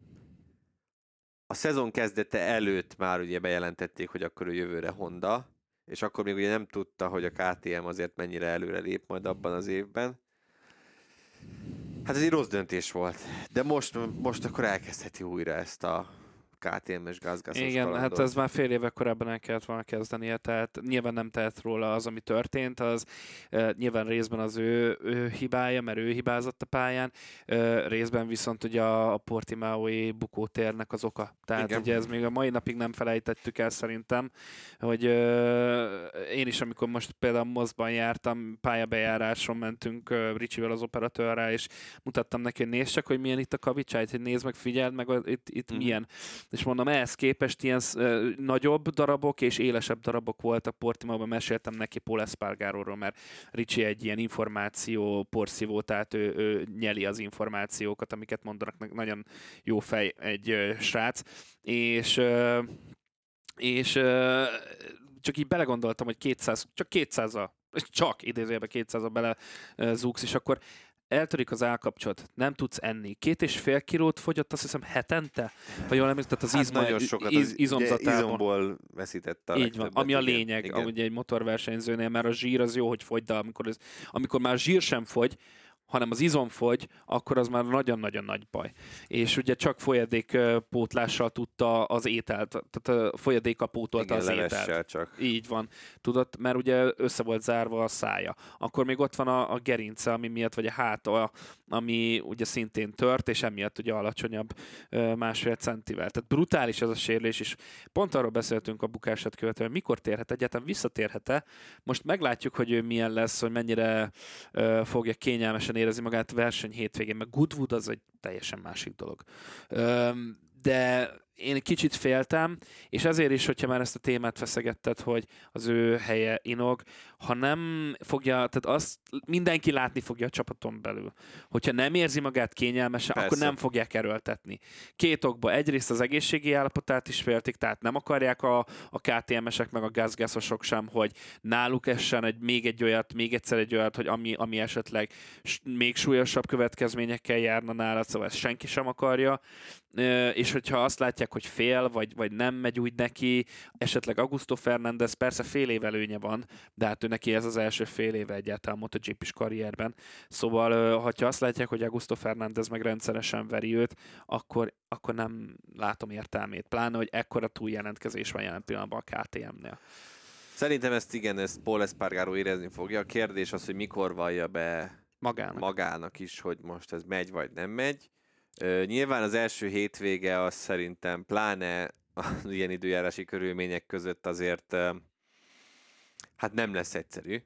szezon kezdete előtt már ugye bejelentették, hogy akkor ő jövőre Honda, és akkor még ugye nem tudta, hogy a KTM azért mennyire előre lép majd abban az évben. Hát ez egy rossz döntés volt, de most akkor elkezdheti újra ezt a KTM-es gazgaszos Igen, kalandot. hát ez már fél éve korábban el kellett volna kezdenie, tehát nyilván nem tehet róla az, ami történt, az nyilván részben az ő hibája, mert ő hibázott a pályán, részben viszont ugye a Portimaoi bukótérnek az oka. Tehát igen. ugye ez még a mai napig nem felejtettük el szerintem, hogy én is, amikor most például Moszban jártam, pályabejáráson mentünk Ricsivel az operatőrrel, és mutattam neki, hogy nézd csak, hogy milyen itt a kavicsájt, hogy nézd meg, figyeld meg, itt milyen. És mondom, ehhez képest ilyen nagyobb darabok és élesebb darabok voltak Portimaóban, meséltem neki Pol Espargaróról, mert Ricci egy ilyen információ porszívó, tehát ő nyeli az információkat, amiket mondanak, nagyon jó fej egy srác, és csak így belegondoltam, hogy csak idézőjelben 200-a bele zúgsz, és akkor eltörik az állkapcsot, nem tudsz enni. 2,5 kilót fogyott, azt hiszem hetente? Vagy jól emlékszem, tehát az nagyon sokat, izomzatában. Izomból veszítette a így van, ami a lényeg, igen. amúgy egy motorversenyzőnél, mert a zsír az jó, hogy fogy, de amikor már a zsír sem fogy, hanem az izom fogy, akkor az már nagyon-nagyon nagy baj. És ugye csak folyadékpótlással tudta az ételt, tehát a folyadékkal pótolta az ételt. Csak. Így van, tudod, mert ugye össze volt zárva a szája. Akkor még ott van a gerince, ami miatt, vagy a háta, ami ugye szintén tört, és emiatt ugye alacsonyabb 1,5 centivel. Tehát brutális ez a sérülés, és pont arról beszéltünk a bukását követően, mikor térhet egyáltalán, visszatérhet-e. Most meglátjuk, hogy ő milyen lesz, hogy mennyire fogja kényelmesen érezni magát verseny hétvégén, meg Goodwood az egy teljesen másik dolog. De én kicsit féltem, és ezért is, hogyha már ezt a témát feszegetted, hogy az ő helye inog, ha nem fogja, tehát azt mindenki látni fogja a csapaton belül. Hogyha nem érzi magát kényelmesen, persze, akkor nem fogják erőltetni. Két okból. Egyrészt az egészségi állapotát is féltik, tehát nem akarják a KTM-esek meg a gazgaszosok sem, hogy náluk essen még egyszer egy olyat, hogy ami esetleg még súlyosabb következményekkel járna nála, szóval ezt senki sem akarja. És hogyha azt látják, hogy fél, vagy nem megy úgy neki, esetleg Augusto Fernández, persze fél év előnye van, de hát ő neki ez az első fél éve egyáltalán MotoGP-s karrierben. Szóval, ha azt látják, hogy Augusto Fernández meg rendszeresen veri őt, akkor nem látom értelmét. Pláne, hogy ekkora túljelentkezés van jelen pillanatban a KTM-nél. Szerintem ezt Pol Espargaró érezni fogja. A kérdés az, hogy mikor vallja be magának is, hogy most ez megy vagy nem megy. Nyilván az első hétvége az szerintem pláne az ilyen időjárási körülmények között azért hát nem lesz egyszerű,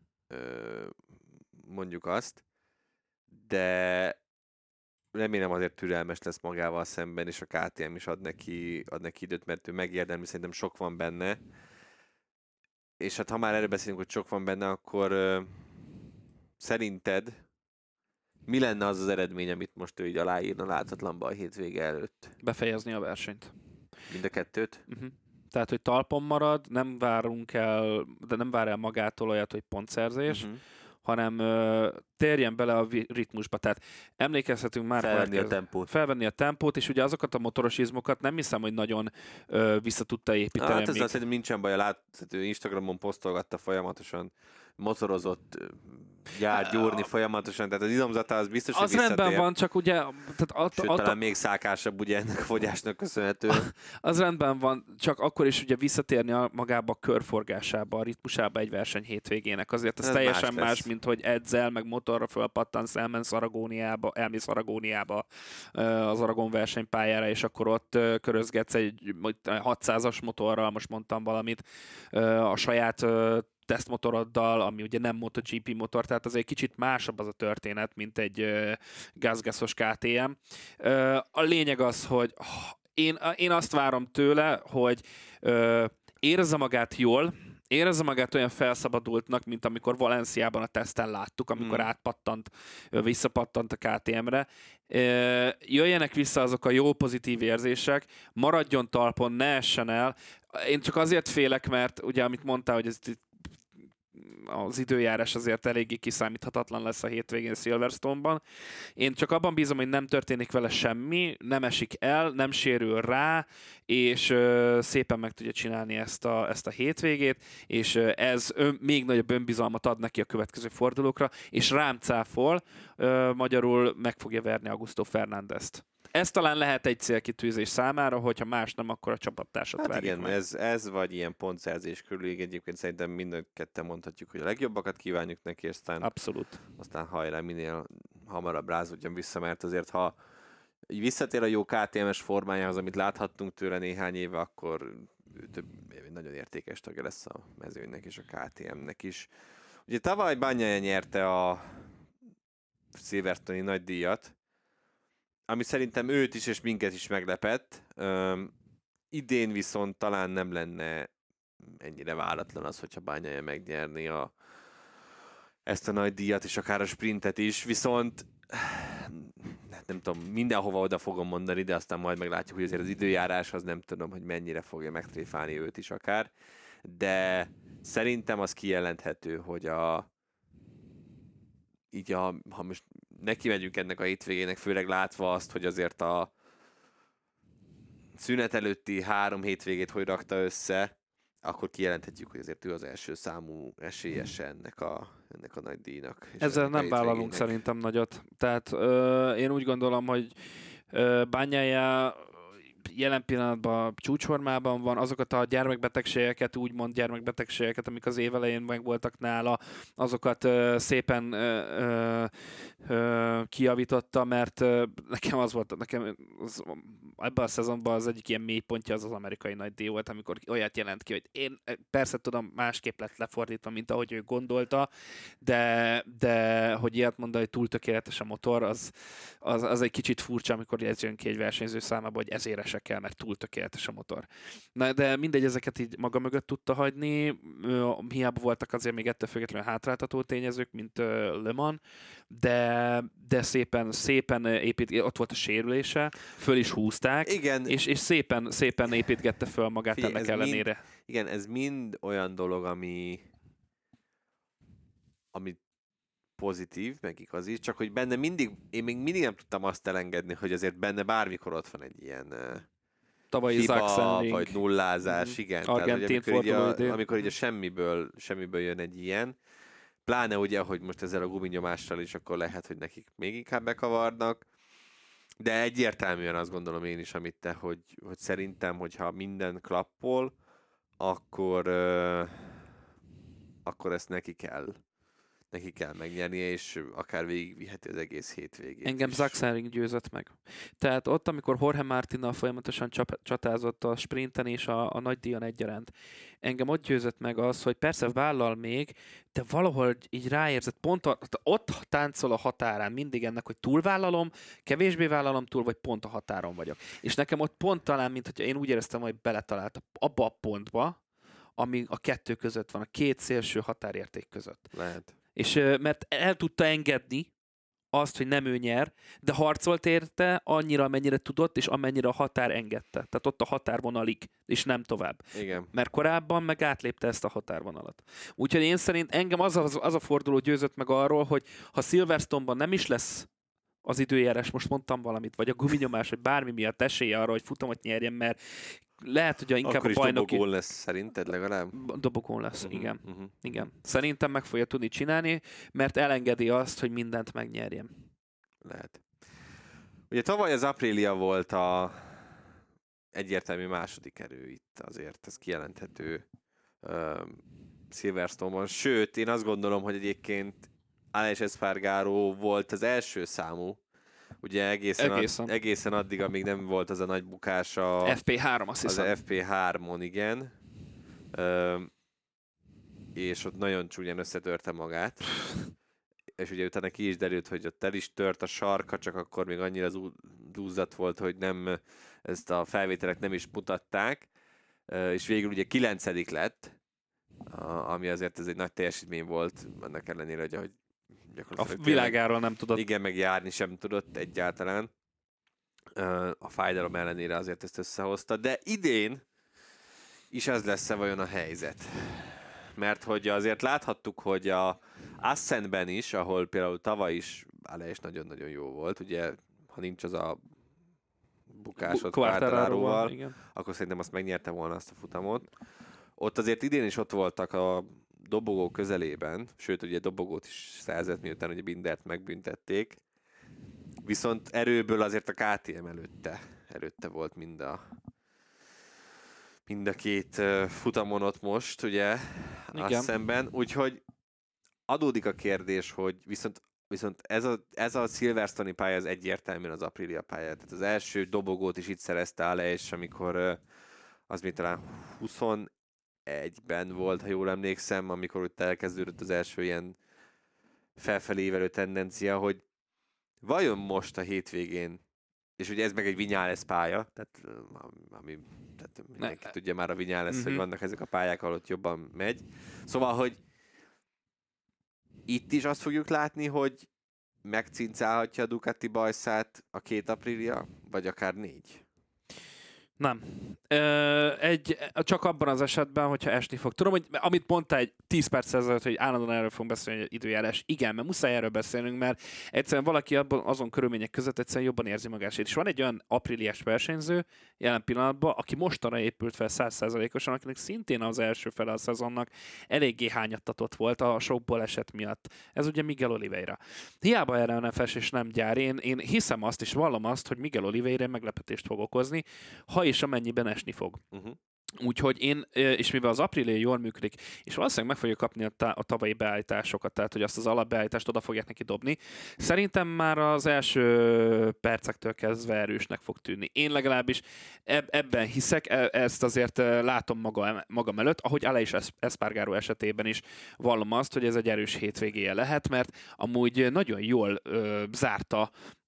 mondjuk azt, de remélem azért türelmes lesz magával szemben, és a KTM is ad neki időt, mert ő megérdemli, szerintem sok van benne. És hát ha már erről beszélünk, hogy sok van benne, akkor szerinted mi lenne az eredmény, amit most ő így aláírna láthatatlanba a hétvége előtt? Befejezni a versenyt. Mind a kettőt? Uh-huh. Tehát, hogy talpon marad, nem vár el magától olyat, hogy pontszerzés, hanem térjen bele a ritmusba. Tehát emlékezhetünk már... Felvenni a tempót, és ugye azokat a motoros izmokat nem hiszem, hogy nagyon vissza tudta építeni. Hát ezzel szerintem nincsen baj, Instagramon posztolgatta folyamatosan, motorozott gyúrni folyamatosan, tehát az izomzata az biztos, hogy visszatér. Az rendben van, csak ugye... Sőt, talán még szákásabb ugye ennek a fogyásnak köszönhetően. Az rendben van, csak akkor is ugye visszatérni magába a körforgásába, a ritmusába egy verseny hétvégének. Azért ez teljesen más, mint hogy edzel, meg motorra fölpattansz, elmész Aragóniába az Aragon versenypályára, és akkor ott körözgetsz egy 600-as motorral, most mondtam valamit, a saját tesztmotoroddal, ami ugye nem MotoGP motor, tehát az egy kicsit másabb az a történet, mint egy gázgászos KTM. A lényeg az, hogy én azt várom tőle, hogy érezze magát jól, érezze magát olyan felszabadultnak, mint amikor Valenciában a teszten láttuk, amikor visszapattant a KTM-re. Jöjjenek vissza azok a jó pozitív érzések, maradjon talpon, ne essen el. Én csak azért félek, mert ugye, amit mondtál, hogy az időjárás azért eléggé kiszámíthatatlan lesz a hétvégén Silverstone-ban. Én csak abban bízom, hogy nem történik vele semmi, nem esik el, nem sérül rá, és szépen meg tudja csinálni ezt a hétvégét, és ez még nagyobb önbizalmat ad neki a következő fordulókra, és rám cáfol, magyarul meg fogja verni Augusto Fernándezt. Ez talán lehet egy célkitűzés számára, hogyha más nem, akkor a csapattársat várjuk igen, meg. Ez vagy ilyen pontszerzés körül, egyébként szerintem mind ketten mondhatjuk, hogy a legjobbakat kívánjuk neki, és aztán hajrá, minél hamarabb rázódjon vissza, mert azért ha visszatér a jó KTM-es formájához, amit láthattunk tőle néhány éve, akkor nagyon értékes tagja lesz a mezőnynek és a KTM-nek is. Ugye tavaly Bagnaia nyerte a Silverstone-i nagydíjat, ami szerintem őt is és minket is meglepett. Idén viszont talán nem lenne ennyire váratlan az, hogyha Bagnaia megnyerni ezt a nagy díjat, és akár a sprintet is, viszont nem tudom, mindenhova oda fogom mondani, de aztán majd meglátjuk, hogy azért az időjárás az nem tudom, hogy mennyire fogja megtréfálni őt is akár, de szerintem az kijelenthető, hogy ha most neki megyünk ennek a hétvégének, főleg látva azt, hogy azért a szünet előtti 3 hétvégét hogy rakta össze, akkor kijelenthetjük, hogy azért ő az első számú esélyese ennek a nagy díjnak. Ezzel nem vállalunk szerintem nagyot. Tehát én úgy gondolom, hogy Bagnaia jelen pillanatban csúcsformában van, azokat a gyermekbetegségeket, úgymond gyermekbetegségeket, amik az év elején megvoltak nála, azokat szépen kijavította, mert nekem az volt, ebben a szezonban az egyik ilyen mélypontja az amerikai nagydíj volt, amikor olyat jelent ki, hogy én persze tudom, másképp lett lefordítva, mint ahogy ő gondolta, de hogy ilyet mondani, hogy túl tökéletes a motor, az egy kicsit furcsa, amikor ez jön ki egy versenyző számába, hogy ezért esek el, mert túl tökéletes a motor. Na, de mindegy, ezeket így maga mögött tudta hagyni, hiába voltak azért még ettől függetlenül hátráltató tényezők, mint Le Mans, de szépen épít, ott volt a sérülése, föl is húzták, igen. És szépen építgette föl magát ennek ellenére. Igen, ez mind olyan dolog, ami pozitív, meg igaz is, csak hogy benne én még mindig nem tudtam azt elengedni, hogy azért benne bármikor ott van egy ilyen hiba, vagy nullázás, igen. Argentin Tehát, amikor így a semmiből jön egy ilyen, pláne ugye, hogy most ezzel a guminyomással is, akkor lehet, hogy nekik még inkább bekavarnak, de egyértelműen azt gondolom én is, amit te, hogy szerintem, hogyha minden klappol, akkor ezt neki kell megnyernie, és akár végigviheti az egész hétvégét. Engem Sachsenring győzött meg. Tehát ott, amikor Jorge Martinnal folyamatosan csatázott a sprinten és a nagydíjon egyaránt, engem ott győzött meg az, hogy persze vállal még, de valahol így ráérzett, pont ott táncol a határán mindig ennek, hogy túlvállalom, kevésbé vállalom túl, vagy pont a határon vagyok. És nekem ott pont talán, mint hogyha én úgy éreztem, hogy beletalált abba a pontba, ami a kettő között van, a két szélső határérték között. Lehet. És mert el tudta engedni azt, hogy nem ő nyer, de harcolt érte annyira, amennyire tudott, és amennyire a határ engedte. Tehát ott a határvonalig, és nem tovább. Igen. Mert korábban meg átlépte ezt a határvonalat. Úgyhogy én szerint engem az a forduló győzött meg arról, hogy ha Silverstone-ban nem is lesz az időjárás, most mondtam valamit, vagy a guminyomás, vagy bármi miatt esélye arra, hogy futamot nyerjen, mert lehet, hogy inkább akkor a bajnoki... Akkor is dobogón lesz szerinted legalább? Dobogón lesz, igen. Igen. Szerintem meg fogja tudni csinálni, mert elengedi azt, hogy mindent megnyerjen. Lehet. Ugye tavaly az Aprilia volt a egyértelmű második erő itt, azért ez kijelenthető Silverstone-ban. Sőt, én azt gondolom, hogy egyébként Aleix Espargaró volt az első számú, ugye egészen addig, amíg nem volt az a nagy bukás FP3, azt hiszem. Az FP3-on, igen. És ott nagyon csúnyán összetörte magát. És ugye utána ki is derült, hogy ott el is tört a sarka, csak akkor még annyira dúzzat volt, hogy nem, ezt a felvételek nem is mutatták. És végül ugye 9. lett, ami azért ez egy nagy teljesítmény volt, ennek ellenére, hogy a világáról nem tudott. Igen, meg járni sem tudott egyáltalán. A fájdalom ellenére azért ezt összehozta, de idén is ez lesz-e vajon a helyzet? Mert hogy azért láthattuk, hogy a Ascenben is, ahol például tavaly is Aleix nagyon-nagyon jó volt, ugye, ha nincs az a bukásod Quartararóval, akkor szerintem azt megnyerte volna azt a futamot. Ott azért idén is ott voltak a dobogó közelében, sőt, ugye dobogót is szerzett, miután ugye Bindert megbüntették. Viszont erőből azért a KTM előtte volt mind a két futamon ott most, ugye, azt szemben. Úgyhogy adódik a kérdés, hogy viszont ez a Silverstone-i pálya az egyértelműen az Aprilia pálya. Tehát az első dobogót is itt szerezte Aleix, amikor az még talán 21-ben volt, ha jól emlékszem, amikor ott elkezdődött az első ilyen felfelé ívelő tendencia, hogy vajon most a hétvégén, és ugye ez meg egy Viñales pálya, tehát mindenki tudja már a Viñales, hogy vannak ezek a pályák, ahol ott jobban megy. Szóval, hogy itt is azt fogjuk látni, hogy megcincálhatja a Ducati bajszát a 2 Aprilia, vagy akár 4. Nem. Csak abban az esetben, hogyha esni fog. Tudom, hogy amit mondtál egy 10 perc ezelőtt, hogy állandóan erről fogunk beszélni, hogy időjárás. Igen, mert muszáj erről beszélnünk, mert egyszerűen valaki azon körülmények között egyszerűen jobban érzi magát. És van egy olyan apríliás versenyző jelen pillanatban, aki mostanra épült fel 100%-osan, akinek szintén az első fele a szezonnak eléggé hányattatott volt a sok baleset miatt. Ez ugye Miguel Oliveira. Hiába erre a nefes és nem gyár. Én hiszem azt és vallom azt, hogy Miguel Oliveira meglepetést fog okozni, ha és amennyiben esni fog. Úgyhogy én, és mivel az Aprilia jól működik, és valószínűleg meg fogja kapni a tavalyi beállításokat, tehát hogy azt az alapbeállítást oda fogják neki dobni, szerintem már az első percektől kezdve erősnek fog tűnni. Én legalábbis ebben hiszek, ezt azért látom magam előtt, ahogy Aleix Espargaró esetében is vallom azt, hogy ez egy erős hétvégéje lehet, mert amúgy nagyon jól zárta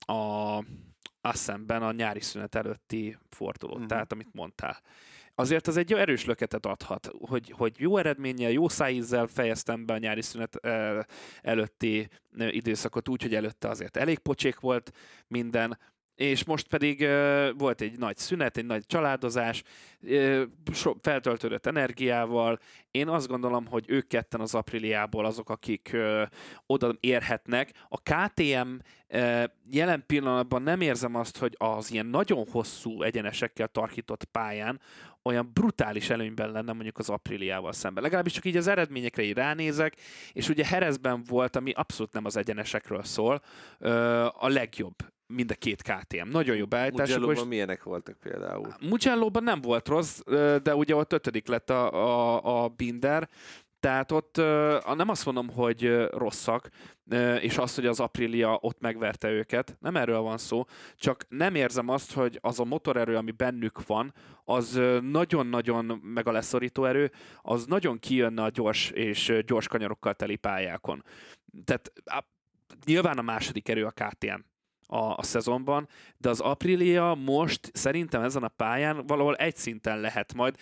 azt szemben a nyári szünet előtti fordulót, tehát amit mondtál. Azért az egy erős löketet adhat, hogy jó eredménnyel, jó szájízzel fejeztem be a nyári szünet előtti időszakot úgy, hogy előtte azért elég pocsék volt minden, és most pedig volt egy nagy szünet, egy nagy családozás, feltöltődött energiával. Én azt gondolom, hogy ők ketten az Apriliából azok, akik oda érhetnek. A KTM jelen pillanatban nem érzem azt, hogy az ilyen nagyon hosszú egyenesekkel tarkított pályán olyan brutális előnyben lenne mondjuk az Apriliával szemben. Legalábbis csak így az eredményekre így ránézek, és ugye Jerezben volt, ami abszolút nem az egyenesekről szól, a legjobb mind a 2 KTM. Nagyon jó beállítások. Mugello-ban milyenek voltak például? Mugello-ban nem volt rossz, de ugye ott 5. lett a Binder, tehát ott nem azt mondom, hogy rosszak, és azt, hogy az Aprilia ott megverte őket. Nem erről van szó, csak nem érzem azt, hogy az a motorerő, ami bennük van, az nagyon-nagyon, meg a leszorító erő, az nagyon kijönne a gyors és gyors kanyarokkal teli pályákon. Tehát nyilván a második erő a KTM a szezonban, de az Aprilia most szerintem ezen a pályán valahol egy szinten lehet majd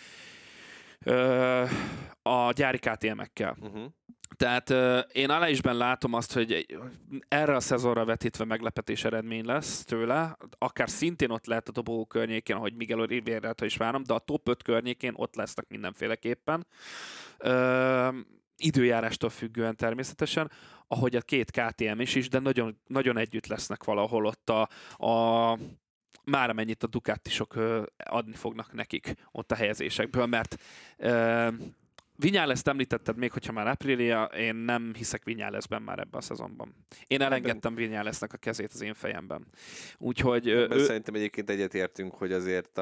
a gyári KTM-ekkel. Tehát én Aleixben látom azt, hogy erre a szezonra vetítve meglepetés eredmény lesz tőle, akár szintén ott lehet a dobogó környékén, ahogy Miguel Oliveirát is várom, de a top 5 környékén ott lesznek mindenféleképpen. Időjárástól függően természetesen, ahogy a 2 KTM is, de nagyon, nagyon együtt lesznek valahol ott már amennyit a Ducatisok adni fognak nekik ott a helyezésekből, mert Viñalest említetted még, hogyha már Aprilia, én nem hiszek Viñalesben már ebben a szezonban. Én elengedtem Viñalesnek a kezét az én fejemben. Úgyhogy... Szerintem egyébként egyetértünk, hogy azért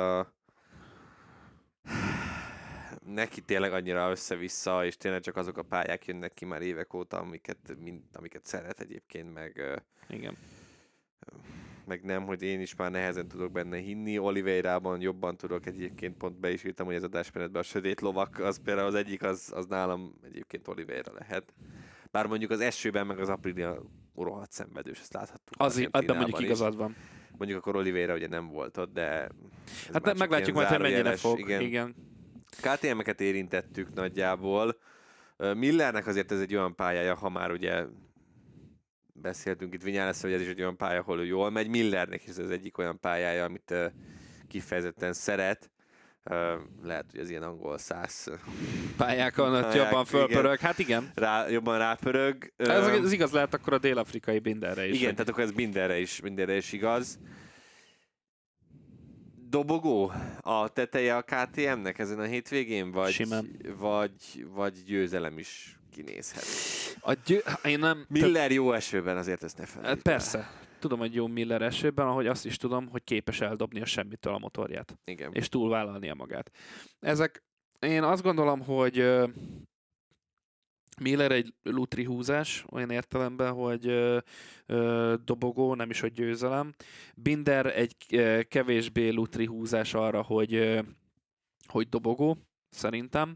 neki tényleg annyira össze-vissza, és tényleg csak azok a pályák jönnek ki már évek óta, amiket szeret egyébként, Igen. Meg nem, hogy én is már nehezen tudok benne hinni. Oliveirában jobban tudok, egyébként pont be is írtam, hogy az adásmenetben a sötét lovak, az például az egyik, az nálam egyébként Oliveira lehet. Bár mondjuk az esőben, meg az Aprilia rohadt szenvedős, ezt láthattuk. Ebben mondjuk igazad van. Mondjuk akkor Oliveira ugye nem volt ott, de... Hát meglátjuk majd, hogy mennyire fog. Igen. KTM-eket érintettük nagyjából. Millernek azért ez egy olyan pályája, ha már ugye beszéltünk itt Viñalesről, hogy ez is egy olyan pálya, ahol ő jól megy. Millernek is ez egyik olyan pályája, amit kifejezetten szeret. Lehet, hogy az ilyen angol száz pályákon ott jobban fölpörög. Hát igen. Jobban rápörög. Ez igaz lehet akkor a dél-afrikai Binderre is. Igen, tehát akkor ez Binderre is igaz. Dobogó a teteje a KTM-nek ezen a hétvégén? Vagy győzelem is kinézhet? Én nem... Miller jó esőben, azért ezt ne felejtsd. Persze. Tudom, hogy jó Miller esőben, ahogy azt is tudom, hogy képes eldobni a semmitől a motorját. Igen. És túlvállalnia magát. Én azt gondolom, hogy Miller egy lutri húzás, olyan értelemben, hogy dobogó, nem is hogy győzelem. Binder egy kevésbé lutri húzás arra, hogy dobogó, szerintem.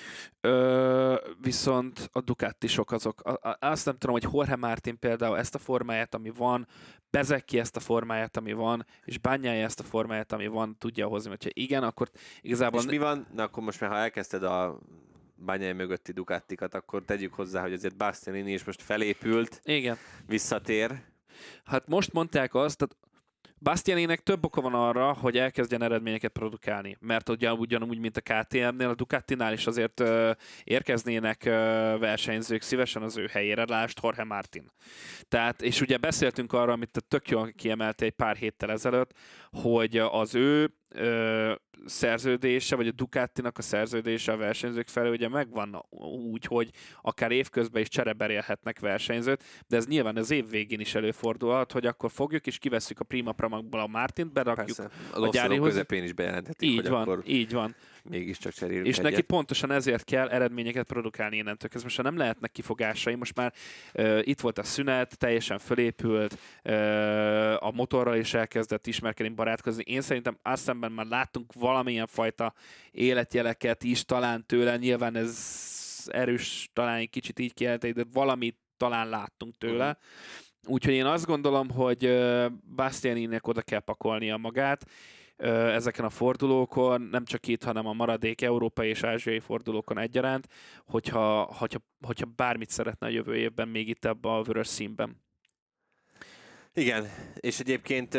Viszont a Ducatisok azok, azt nem tudom, hogy Jorge Martin például ezt a formáját, ami van, Bezeki ezt a formáját, ami van, és Bagnaia ezt a formáját, ami van, tudja hozni, hogyha igen, akkor igazából... És mi van? Na akkor most már, ha elkezdted a Bagnaia mögötti Ducatikat, akkor tegyük hozzá, hogy azért Bastianini is most felépült, igen. Visszatér. Hát most mondták azt, tehát Bastianinek több oka van arra, hogy elkezdjen eredményeket produkálni, mert ugyanúgy, mint a KTM-nél, a Ducatinál is azért érkeznének versenyzők szívesen az ő helyére, lásd Jorge Martin. Tehát, és ugye beszéltünk arra, amit tök jól kiemelte egy pár héttel ezelőtt, hogy az ő szerződése, vagy a Ducatinak a szerződése a versenyzők felé ugye megvan úgy, hogy akár évközben is csereberélhetnek versenyzőt, de ez nyilván az év végén is előfordulhat, hogy akkor fogjuk és kivesszük a Prima Pramagból a Martint, berakjuk a gyárihoz. Közepén is bejelenthetik, így hogy van, akkor így van. Mégiscsak cserélünk és egyet. neki pontosan ezért kell eredményeket produkálni innentől. Ez most nem lehetnek kifogásai, most már itt volt a szünet, teljesen fölépült, a motorral is elkezdett ismerkedni, barátkozni. Én szerintem azt szemben már láttunk valamilyen fajta életjeleket is talán tőle, nyilván ez erős, talán egy kicsit így kijelenteni, de valamit talán láttunk tőle. Úgyhogy én azt gondolom, hogy Bastianininek oda kell pakolnia magát ezeken a fordulókon, nem csak itt, hanem a maradék európai és ázsiai fordulókon egyaránt, hogyha bármit szeretne a jövő évben még itt ebben a vörös színben. Igen, és egyébként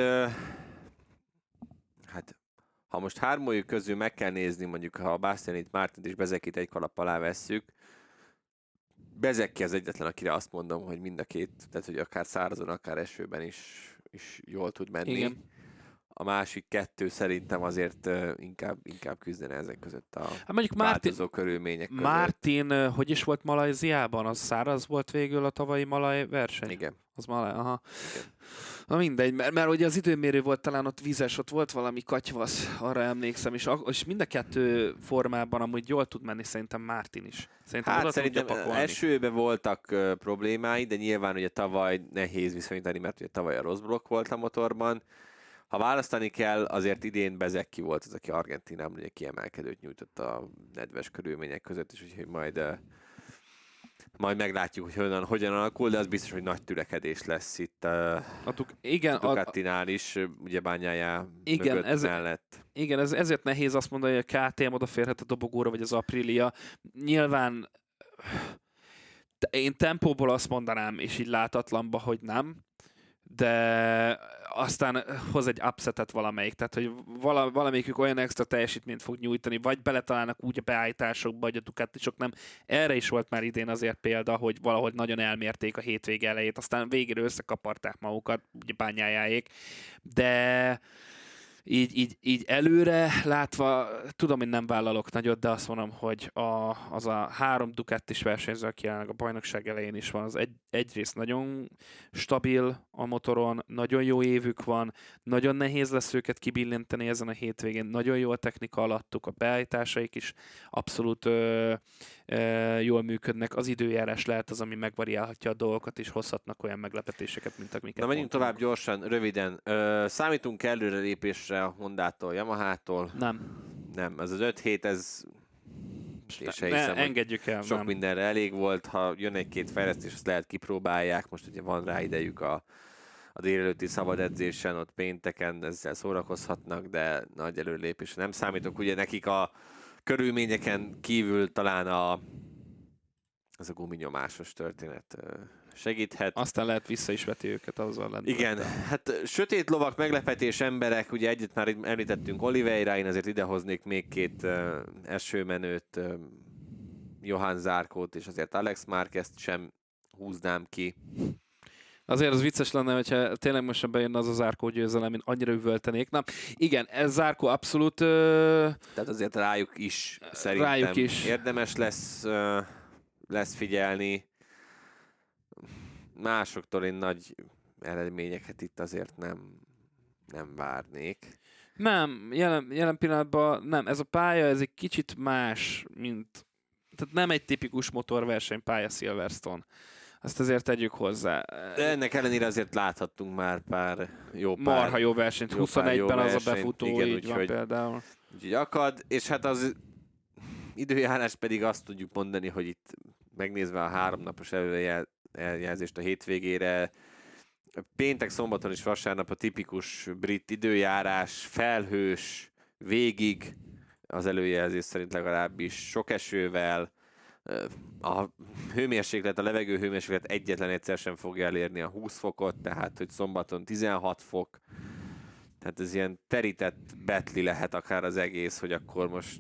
hát ha most hármójuk közül meg kell nézni, mondjuk ha a Bastianit, Martint és Bezekit egy kalap alá vesszük, Bezeki az egyetlen, akire azt mondom, hogy mind a két, tehát hogy akár szárazon, akár esőben is jól tud menni. Igen. A másik kettő szerintem azért inkább küzdene ezek között a mondjuk változó körülmények között. Martin, hogy is volt Malajziában? Az száraz volt végül a tavalyi malaj verseny? Igen. Az malaj, aha. Igen. Na mindegy, mert ugye az időmérő volt talán ott vízes, ott volt valami katyvasz, arra emlékszem, és mind a kettő formában amúgy jól tud menni szerintem Martin is. Szerintem esőben voltak problémái, de nyilván ugye tavaly nehéz viszonyítani, mert ugye tavaly a rossz blokk volt a motorban. Ha választani kell, azért idén Bezeki volt az, aki Argentinában ugye kiemelkedőt nyújtott a nedves körülmények között, és úgyhogy majd meglátjuk, hogy hogyan alakul, de az biztos, hogy nagy törekedés lesz itt a Ducatinál is, ugye Bagnaia mögött mellett. Igen, ezért nehéz azt mondani, hogy a KTM odaférhet a dobogóra, vagy az Aprilia. Nyilván én tempóból azt mondanám, és így látatlanba, hogy nem, de aztán hoz egy upsetet valamelyik, tehát hogy valamelyikük olyan extra teljesítményt fog nyújtani, vagy beletalálnak úgy a beállításokba, hogy a Ducatisok nem. Erre is volt már idén azért példa, hogy valahogy nagyon elmérték a hétvége elejét, aztán végére összekaparták magukat, ugye Bagnajáék, de így előre látva, tudom, hogy nem vállalok nagyot, de azt mondom, hogy az a 3 Ducatis versenyző, aki a bajnokság elején is van, az egyrészt nagyon stabil a motoron, nagyon jó évük van, nagyon nehéz lesz őket kibillinteni ezen a hétvégén, nagyon jó a technika alattuk, a beállításaik is abszolút jól működnek, az időjárás lehet az, ami megvariálhatja a dolgokat, és hozhatnak olyan meglepetéseket, mint amiket Na, menjünk mondtunk. tovább gyorsan, röviden. Számítunk előrelépésre a Hondától, Yamahától? Nem, ez az 5 hét, ez... És hiszem, engedjük el. Sok nem. mindenre elég volt, ha jön egy-két fejlesztés, azt lehet kipróbálják. Most ugye van rá idejük a délelőtti szabad edzésen, ott pénteken ezzel szórakozhatnak, de nagy előrelépésre nem számítok. Ugye nekik a körülményeken kívül talán ez a guminyomásos történet segíthet. Aztán lehet vissza is veti őket azzal lenne. Igen, hát sötét lovak, meglepetés emberek, ugye egyet már említettünk Oliveira, én azért idehoznék még 2 esőmenőt, Johann Zarcót és azért Alex Márquezt sem húznám ki. Azért az vicces lenne, hogyha tényleg most bejönne az a Zarco győzelem, mint annyira üvöltenék. Na, igen, ez Zarco abszolút... Tehát azért rájuk is szerintem érdemes lesz figyelni. Másoktól én nagy eredményeket itt azért nem várnék. Nem, jelen pillanatban nem. Ez a pálya, ez egy kicsit más, mint... Tehát nem egy tipikus motorversenypálya Silverstone. Azt azért tegyük hozzá. De ennek ellenére azért láthattunk már pár marha jó versenyt. 21-ben az a befutó, igen, így van például. Úgyhogy akad, és hát az időjárás pedig azt tudjuk mondani, hogy itt megnézve a 3 napos előrejelzést a hétvégére, péntek, szombaton és vasárnap a tipikus brit időjárás, felhős, végig, az előjelzés szerint legalábbis sok esővel, a hőmérséklet, a levegő hőmérséklet egyetlen egyszer sem fogja elérni a 20 fokot, tehát hogy szombaton 16 fok, tehát ez ilyen terített betli lehet akár az egész, hogy akkor most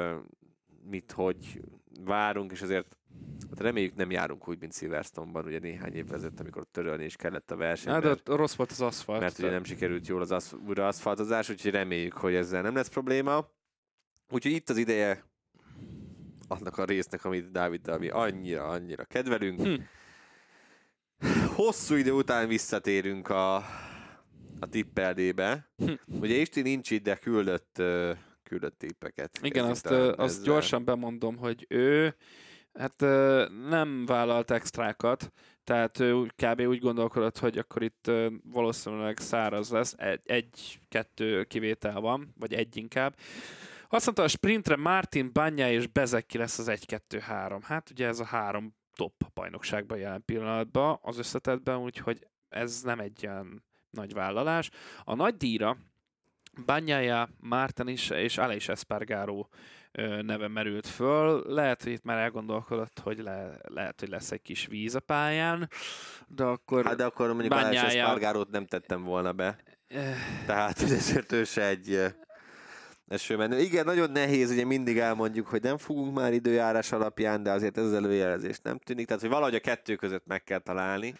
hogy várunk, és azért reméljük nem járunk úgy, mint Silverstone-ban, ugye néhány évvel ezelőtt, amikor törölni is kellett a verseny. Hát de rossz volt az aszfalt. Mert ugye nem sikerült jól az újraaszfaltozás, úgyhogy reméljük, hogy ezzel nem lesz probléma. Úgyhogy itt az ideje annak a résznek, amit Dáviddal mi annyira kedvelünk. Hosszú idő után visszatérünk a tippeldébe. Ugye Isti nincs itt, de küldött tippeket. Igen, azt gyorsan bemondom, hogy ő nem vállalt extrákat, tehát ő kb. Úgy gondolkodott, hogy akkor itt valószínűleg száraz lesz, egy-kettő kivétel van, vagy egy inkább. Azt mondta, a sprintre Martin, Bagnaia és Bezzecchi lesz az 1-2-3. Hát ugye ez a 3 top bajnokságban jelen pillanatban az összetettben, úgyhogy ez nem egy ilyen nagy vállalás. A nagy díjra Bagnaia, Martin is és Aleix Espargaró neve merült föl. Lehet, hogy itt már elgondolkodott, hogy lehet, hogy lesz egy kis víz a pályán, de akkor... Hát de akkor mondjuk Aleix Espargarót nem tettem volna be. Tehát ezért ő se egy esőmenő. Igen, nagyon nehéz, ugye mindig elmondjuk, hogy nem fogunk már időjárás alapján, de azért ez az előjelzés nem tűnik. Tehát, hogy valahogy a 2 között meg kell találni.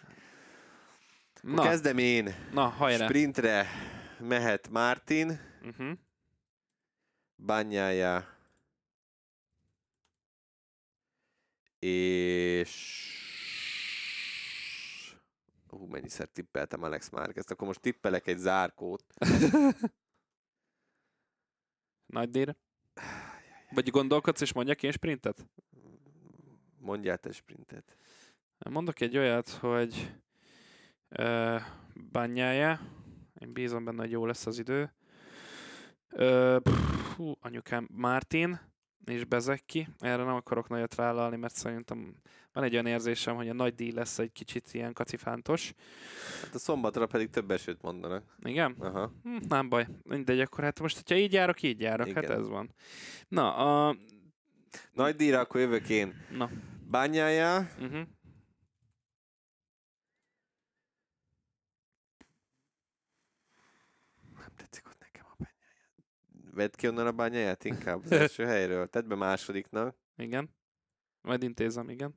Kezdem én. Hajrá. Sprintre mehet Martin, Bagnaia és mennyiszer tippeltem Alex Márquezt, akkor most tippelek egy Zarcót. Nagy díjra. Vagy gondolkodsz és mondjak én sprintet? Mondjál te sprintet. Mondok egy olyat, hogy Bagnaia, én bízom benne, hogy jó lesz az idő. Anyukám, Martin és Bezzecchi. Erre nem akarok nagyot vállalni, mert szerintem van egy olyan érzésem, hogy a nagy díj lesz egy kicsit ilyen kacifántos. Hát a szombatra pedig több esőt mondanak. Igen? Aha. Nem baj. Mindegy, akkor hát most, hogyha így járok. Igen. Hát ez van. Na, a... Nagy díjra akkor jövök én. Na. Bagnaia. Nem tetszik ott nekem a Bagnaia. Vedd ki onnan a Bagnaiát inkább az első helyről. Tedd be másodiknak. Igen. Majd intézem, igen.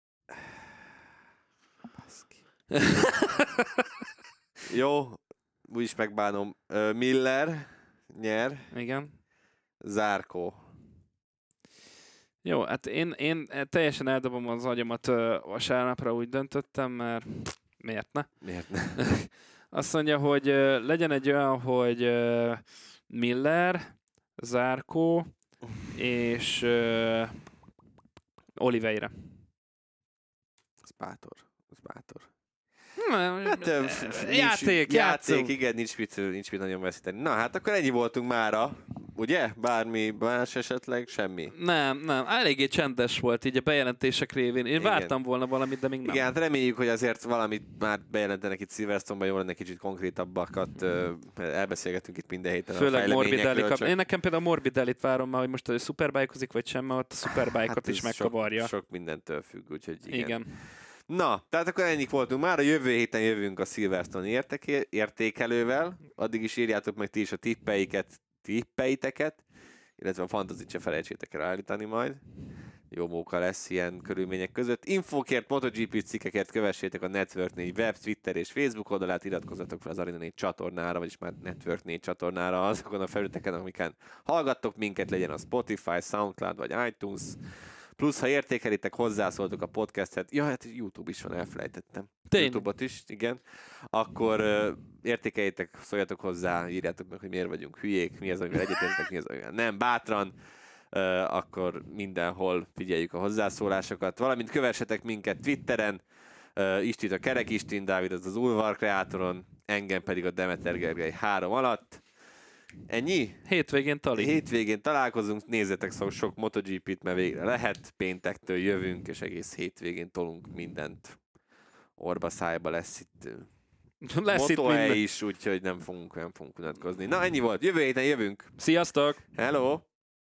Baszki. Jó, úgyis megbánom. Miller nyer. Igen. Zarco. Jó, hát én teljesen eldobom az agyamat vasárnapra, úgy döntöttem, mert miért ne? Miért ne? Azt mondja, hogy legyen egy olyan, hogy Miller, Zarco és Oliveira. Ez bátor. Játék, igen, nincs mit nagyon veszíteni. Na, hát akkor ennyi voltunk mára, ugye? Bármi más esetleg? Semmi. Nem, eléggé csendes volt így a bejelentések révén. Én vártam volna valamit, de még nem. Igen, hát reméljük, hogy azért valamit már bejelentenek itt Silverstone-ban, jól lenne kicsit konkrétabbakat. Elbeszélgetünk itt minden héten főleg a fejleményekről. Én nekem például a Morbidellit várom már, hogy most a Superbike-ozik, vagy sem, mert ott a Superbike-ot is megkavarja. Sok mindentől függ, úgyhogy igen. Na, tehát akkor ennyik voltunk már, a jövő héten jövünk a Silverstone értékelővel, addig is írjátok meg ti is a tippeiteket, illetve a fantazit se felejtsétek el állítani majd. Jó móka lesz ilyen körülmények között. Infókért, MotoGP cikkekért kövessétek a Network 4 web, Twitter és Facebook oldalát, iratkozzatok fel az Arena 4 csatornára, vagyis már Network 4 csatornára azokon a felületeken, amiken hallgattok minket, legyen a Spotify, Soundcloud vagy iTunes. Plusz, ha értékelitek, hozzászóltok a podcastet, ja, hát YouTube is van, elfelejtettem. YouTube-ot is, igen. Akkor értékeljétek, szóljatok hozzá, írjátok meg, hogy miért vagyunk hülyék, mi az, amivel egyetértek, mi az, amivel nem, bátran, akkor mindenhol figyeljük a hozzászólásokat. Valamint kövessetek minket Twitteren, Istit a Kerek Istin, Dávid az Ulvar kreátoron, engem pedig a Demeter Gergely 3 alatt. Ennyi? Hétvégén találkozunk, nézzetek sok MotoGP-t, mert végre lehet. Péntektől jövünk, és egész hétvégén tolunk mindent. Orba szájba lesz itt motohely is, úgyhogy nem fogunk unatkozni. Na, ennyi volt. Jövő héten jövünk. Sziasztok! Hello!